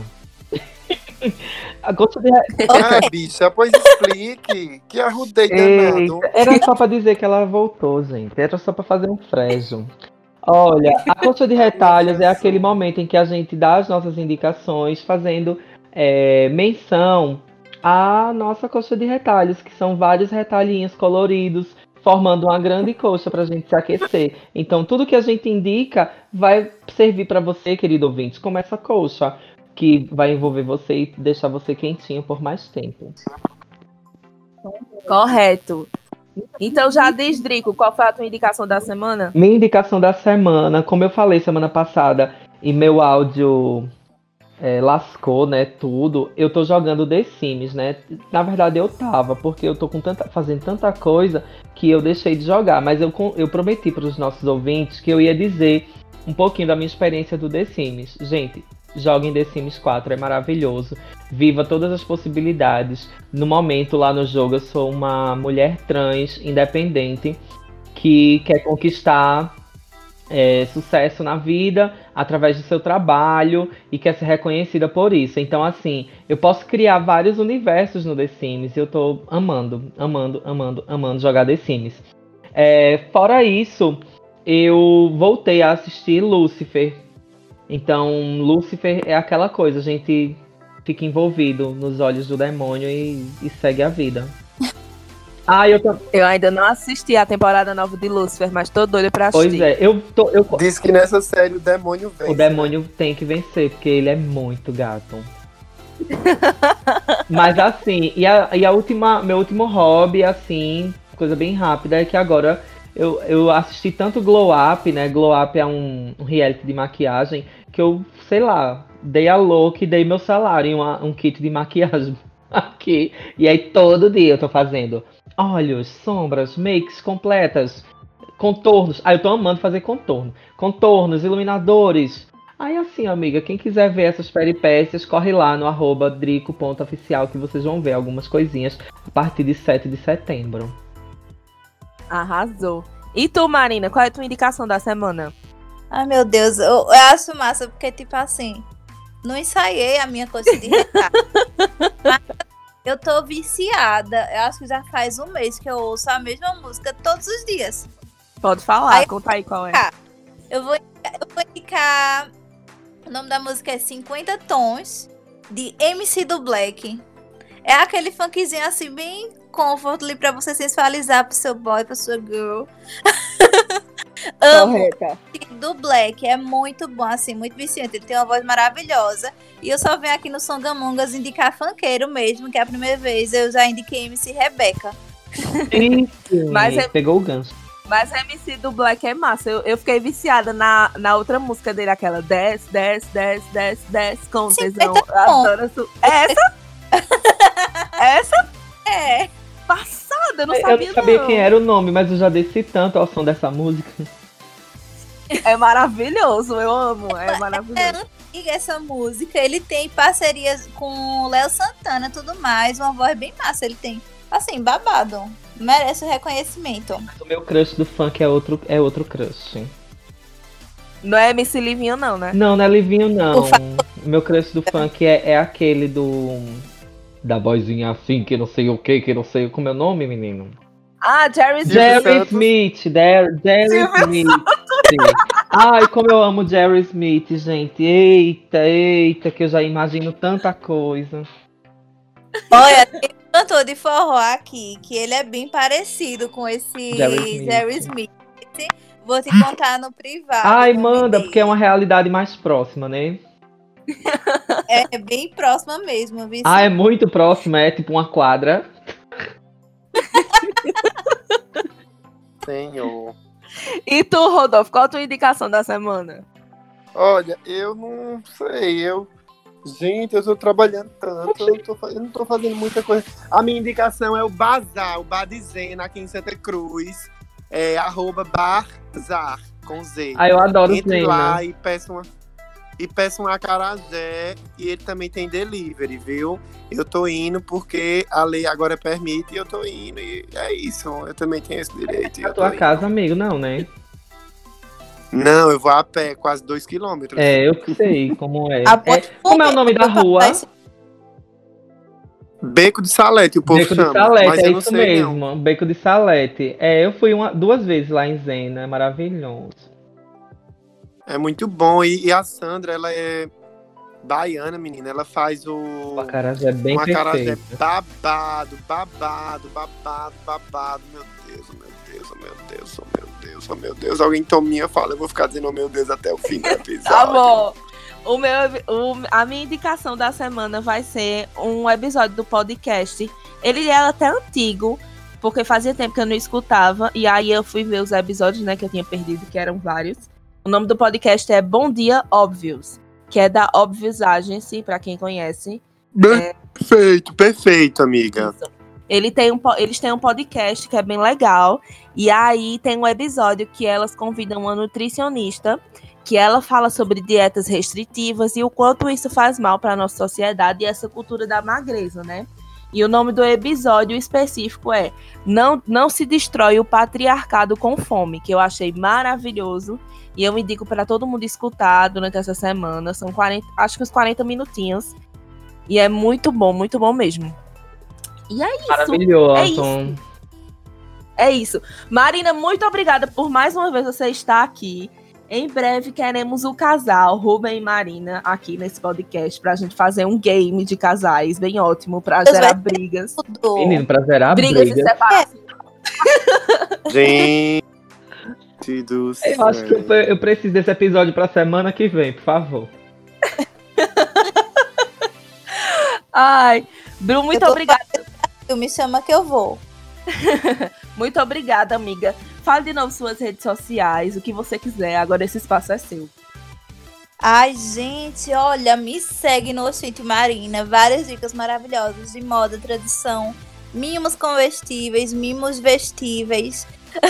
A coxa de... Ah, bicha, pois explique. Que arrudei danado. Eita, era só pra dizer que ela voltou, gente. Era só pra fazer um frejo. Olha, a coxa de retalhos é aquele momento em que a gente dá as nossas indicações, fazendo é, menção à nossa coxa de retalhos, que são vários retalhinhos coloridos, formando uma grande coxa pra gente se aquecer. Então, tudo que a gente indica vai servir pra você, querido ouvinte, como essa coxa, que vai envolver você e deixar você quentinho por mais tempo. Correto. Então já diz, Drico, qual foi a tua indicação da semana? Minha indicação da semana, como eu falei semana passada, e meu áudio é, lascou, né, tudo, eu tô jogando The Sims, né? Na verdade eu tava, porque eu tô com tanta, fazendo tanta coisa que eu deixei de jogar, mas eu, eu prometi para os nossos ouvintes que eu ia dizer um pouquinho da minha experiência do The Sims. Gente, joguem The Sims quatro, é maravilhoso. Viva todas as possibilidades. No momento, lá no jogo, eu sou uma mulher trans, independente, que quer conquistar é, sucesso na vida através do seu trabalho e quer ser reconhecida por isso. Então, assim, eu posso criar vários universos no The Sims e eu tô amando, amando, amando, amando jogar The Sims. É, fora isso, eu voltei a assistir Lucifer. Então, Lucifer é aquela coisa, a gente fica envolvido nos olhos do demônio e, e segue a vida. Ah, eu tô... Eu ainda não assisti a temporada nova de Lucifer, mas tô doida pra assistir. Pois é, eu tô... Eu... Diz que nessa série o demônio vence. O demônio né? tem que vencer, porque ele é muito gato. Mas assim, e a, e a última, meu último hobby, assim, coisa bem rápida, é que agora eu, eu assisti tanto Glow Up, né? Glow Up é um, um reality de maquiagem que eu, sei lá, dei a louca e dei meu salário em uma, um kit de maquiagem aqui. E aí todo dia eu tô fazendo olhos, sombras, makes completas, contornos. Aí eu tô amando fazer contorno. Contornos, iluminadores. Aí assim, amiga, quem quiser ver essas peripécias, corre lá no arroba drico ponto oficial que vocês vão ver algumas coisinhas a partir de sete de setembro. Arrasou. E tu, Marina, qual é a tua indicação da semana? Ai, meu Deus, eu, eu acho massa, porque, tipo assim, não ensaiei a minha coisa de recado. Mas eu tô viciada. Eu acho que já faz um mês que eu ouço a mesma música todos os dias. Pode falar, aí, conta aí qual é. Eu vou, eu vou indicar... O nome da música é cinquenta Tons, de M C do Black. É aquele funkzinho assim, bem comfort ali pra você sensualizar pro seu boy, pra sua girl. Amo. Correta. Do Black, é muito bom, assim, muito viciante. Ele tem uma voz maravilhosa. E eu só venho aqui no Songamongas indicar funkeiro mesmo, que é a primeira vez eu já indiquei M C Rebeca. Isso, Mas é... pegou o gancho. Mas a M C do Black é massa. Eu, eu fiquei viciada na, na outra música dele, aquela desce, desce, desce, desce, desce, com tesão. Adoro su... É essa? Essa? É. Passada, eu não sabia não. Eu não sabia não. quem era o nome, mas eu já desci tanto ao som dessa música. É maravilhoso, eu amo, é maravilhoso. É antiga essa música, ele tem parcerias com o Léo Santana e tudo mais, uma voz bem massa ele tem. Assim, babado. Merece o reconhecimento. O meu crush do funk é outro, é outro crush. Não é M C Livinho não, né? Não, não é Livinho não. O meu crush do funk é, é aquele do... Da vozinha assim, que não sei o que, que não sei... Como é o nome, menino? Ah, Jerry Smith. Jerry Smith. Jerry, Jerry Smith. Ai, como eu amo Jerry Smith, gente. Eita, eita, que eu já imagino tanta coisa. Olha, tem um cantor de forró aqui, que ele é bem parecido com esse Jerry Smith. Jerry Smith. Vou te contar no privado. Ai, manda, porque é uma realidade mais próxima, né? É bem próxima mesmo, viu? Ah, é muito próxima, é tipo uma quadra. Senhor. E tu, Rodolfo, qual a tua indicação da semana? Olha, eu não sei, eu... Gente, eu tô trabalhando tanto, eu não tô, eu não tô fazendo muita coisa. A minha indicação é o Bazar, o Bar de Zena, aqui em Santa Cruz. É arroba Barzar, com Z. Ah, eu adoro o Entre Zena. lá e peça uma, e peça um acarajé, e ele também tem delivery, viu? Eu tô indo porque a lei agora permite e eu tô indo, e é isso, eu também tenho esse direito. É a tua casa, amigo, não, né? Não, eu vou a pé, quase dois quilômetros. É, eu sei como é. Ah, é como é o nome da rua? Beco de Salete, o povo Beco chama. de Salete, mas é eu não isso sei, mesmo. não. Beco de Salete. É, eu fui uma, duas vezes lá em Zena, é maravilhoso. É muito bom. E, e a Sandra, ela é baiana, menina. Ela faz o... O acarajé é bem um acarajé perfeito. babado, babado, babado, babado. Meu Deus, oh meu Deus, oh meu Deus, oh meu Deus, oh meu Deus. Alguém tominha fala, eu vou ficar dizendo oh meu Deus até o fim do episódio. Tá bom. O meu, o, a minha indicação da semana vai ser um episódio do podcast. Ele é até antigo, porque fazia tempo que eu não escutava. E aí eu fui ver os episódios, né, que eu tinha perdido, que eram vários. O nome do podcast é Bom Dia Óbvios, que é da Obvious Agency, pra quem conhece. Perfeito, é... perfeito, amiga. Isso. Ele tem um, eles têm um podcast que é bem legal. E aí tem um episódio que elas convidam uma nutricionista, que ela fala sobre dietas restritivas e o quanto isso faz mal para a nossa sociedade e essa cultura da magreza, né? E o nome do episódio específico é Não, não se destrói o patriarcado com fome, que eu achei maravilhoso. E eu indico para todo mundo escutar durante essa semana. São quarenta, acho que uns quarenta minutinhos. E é muito bom, muito bom mesmo. E é isso. Maravilhoso. É isso. É isso. Marina, muito obrigada por mais uma vez você estar aqui. Em breve queremos o casal Rubem e Marina aqui nesse podcast pra gente fazer um game de casais bem ótimo pra Deus gerar vai brigas. Tudo. Menino, pra zerar Brigas e briga. separação. Gente do céu. Eu acho que eu, eu preciso desse episódio pra semana que vem, por favor. Ai, Bru, muito Eu tô obrigada. Tu me chama que eu vou. Muito obrigada, amiga. Fale de novo suas redes sociais, o que você quiser. Agora esse espaço é seu. Ai, gente, olha, me segue no Oxente Marina. Várias dicas maravilhosas de moda, tradição, mimos comestíveis, mimos vestíveis.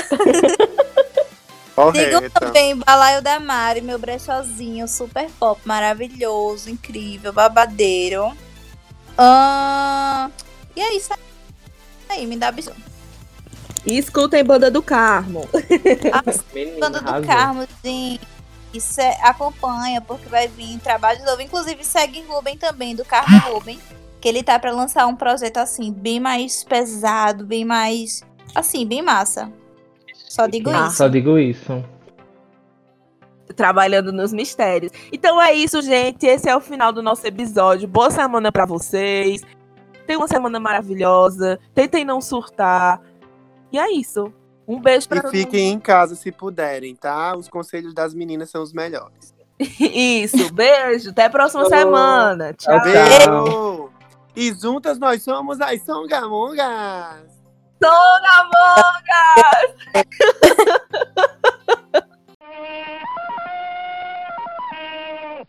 Sigam Correta. também Balaio da Mari, meu brechózinho super pop, maravilhoso, incrível, babadeiro. Ah, e é isso aí, me dá bicho. E escutem Banda do Carmo. Menina, Banda do arrasou. Carmo, gente, isso é- acompanha, porque vai vir trabalho novo. Inclusive, segue Rubem também, do Carmo Rubem, que ele tá pra lançar um projeto assim, bem mais pesado, bem mais, assim, bem massa. Só digo Ah, isso. Só digo isso. Trabalhando nos mistérios. Então é isso, gente. Esse é o final do nosso episódio. Boa semana pra vocês. Tenham uma semana maravilhosa. Tentem não surtar. E é isso. Um beijo pra E todo fiquem em casa se puderem, tá? Os conselhos das meninas são os melhores. mundo. Isso. Beijo. Até a próxima Oh, semana. Tchau. tchau. Beijo! E juntas nós somos as Songamongas! Songamongas!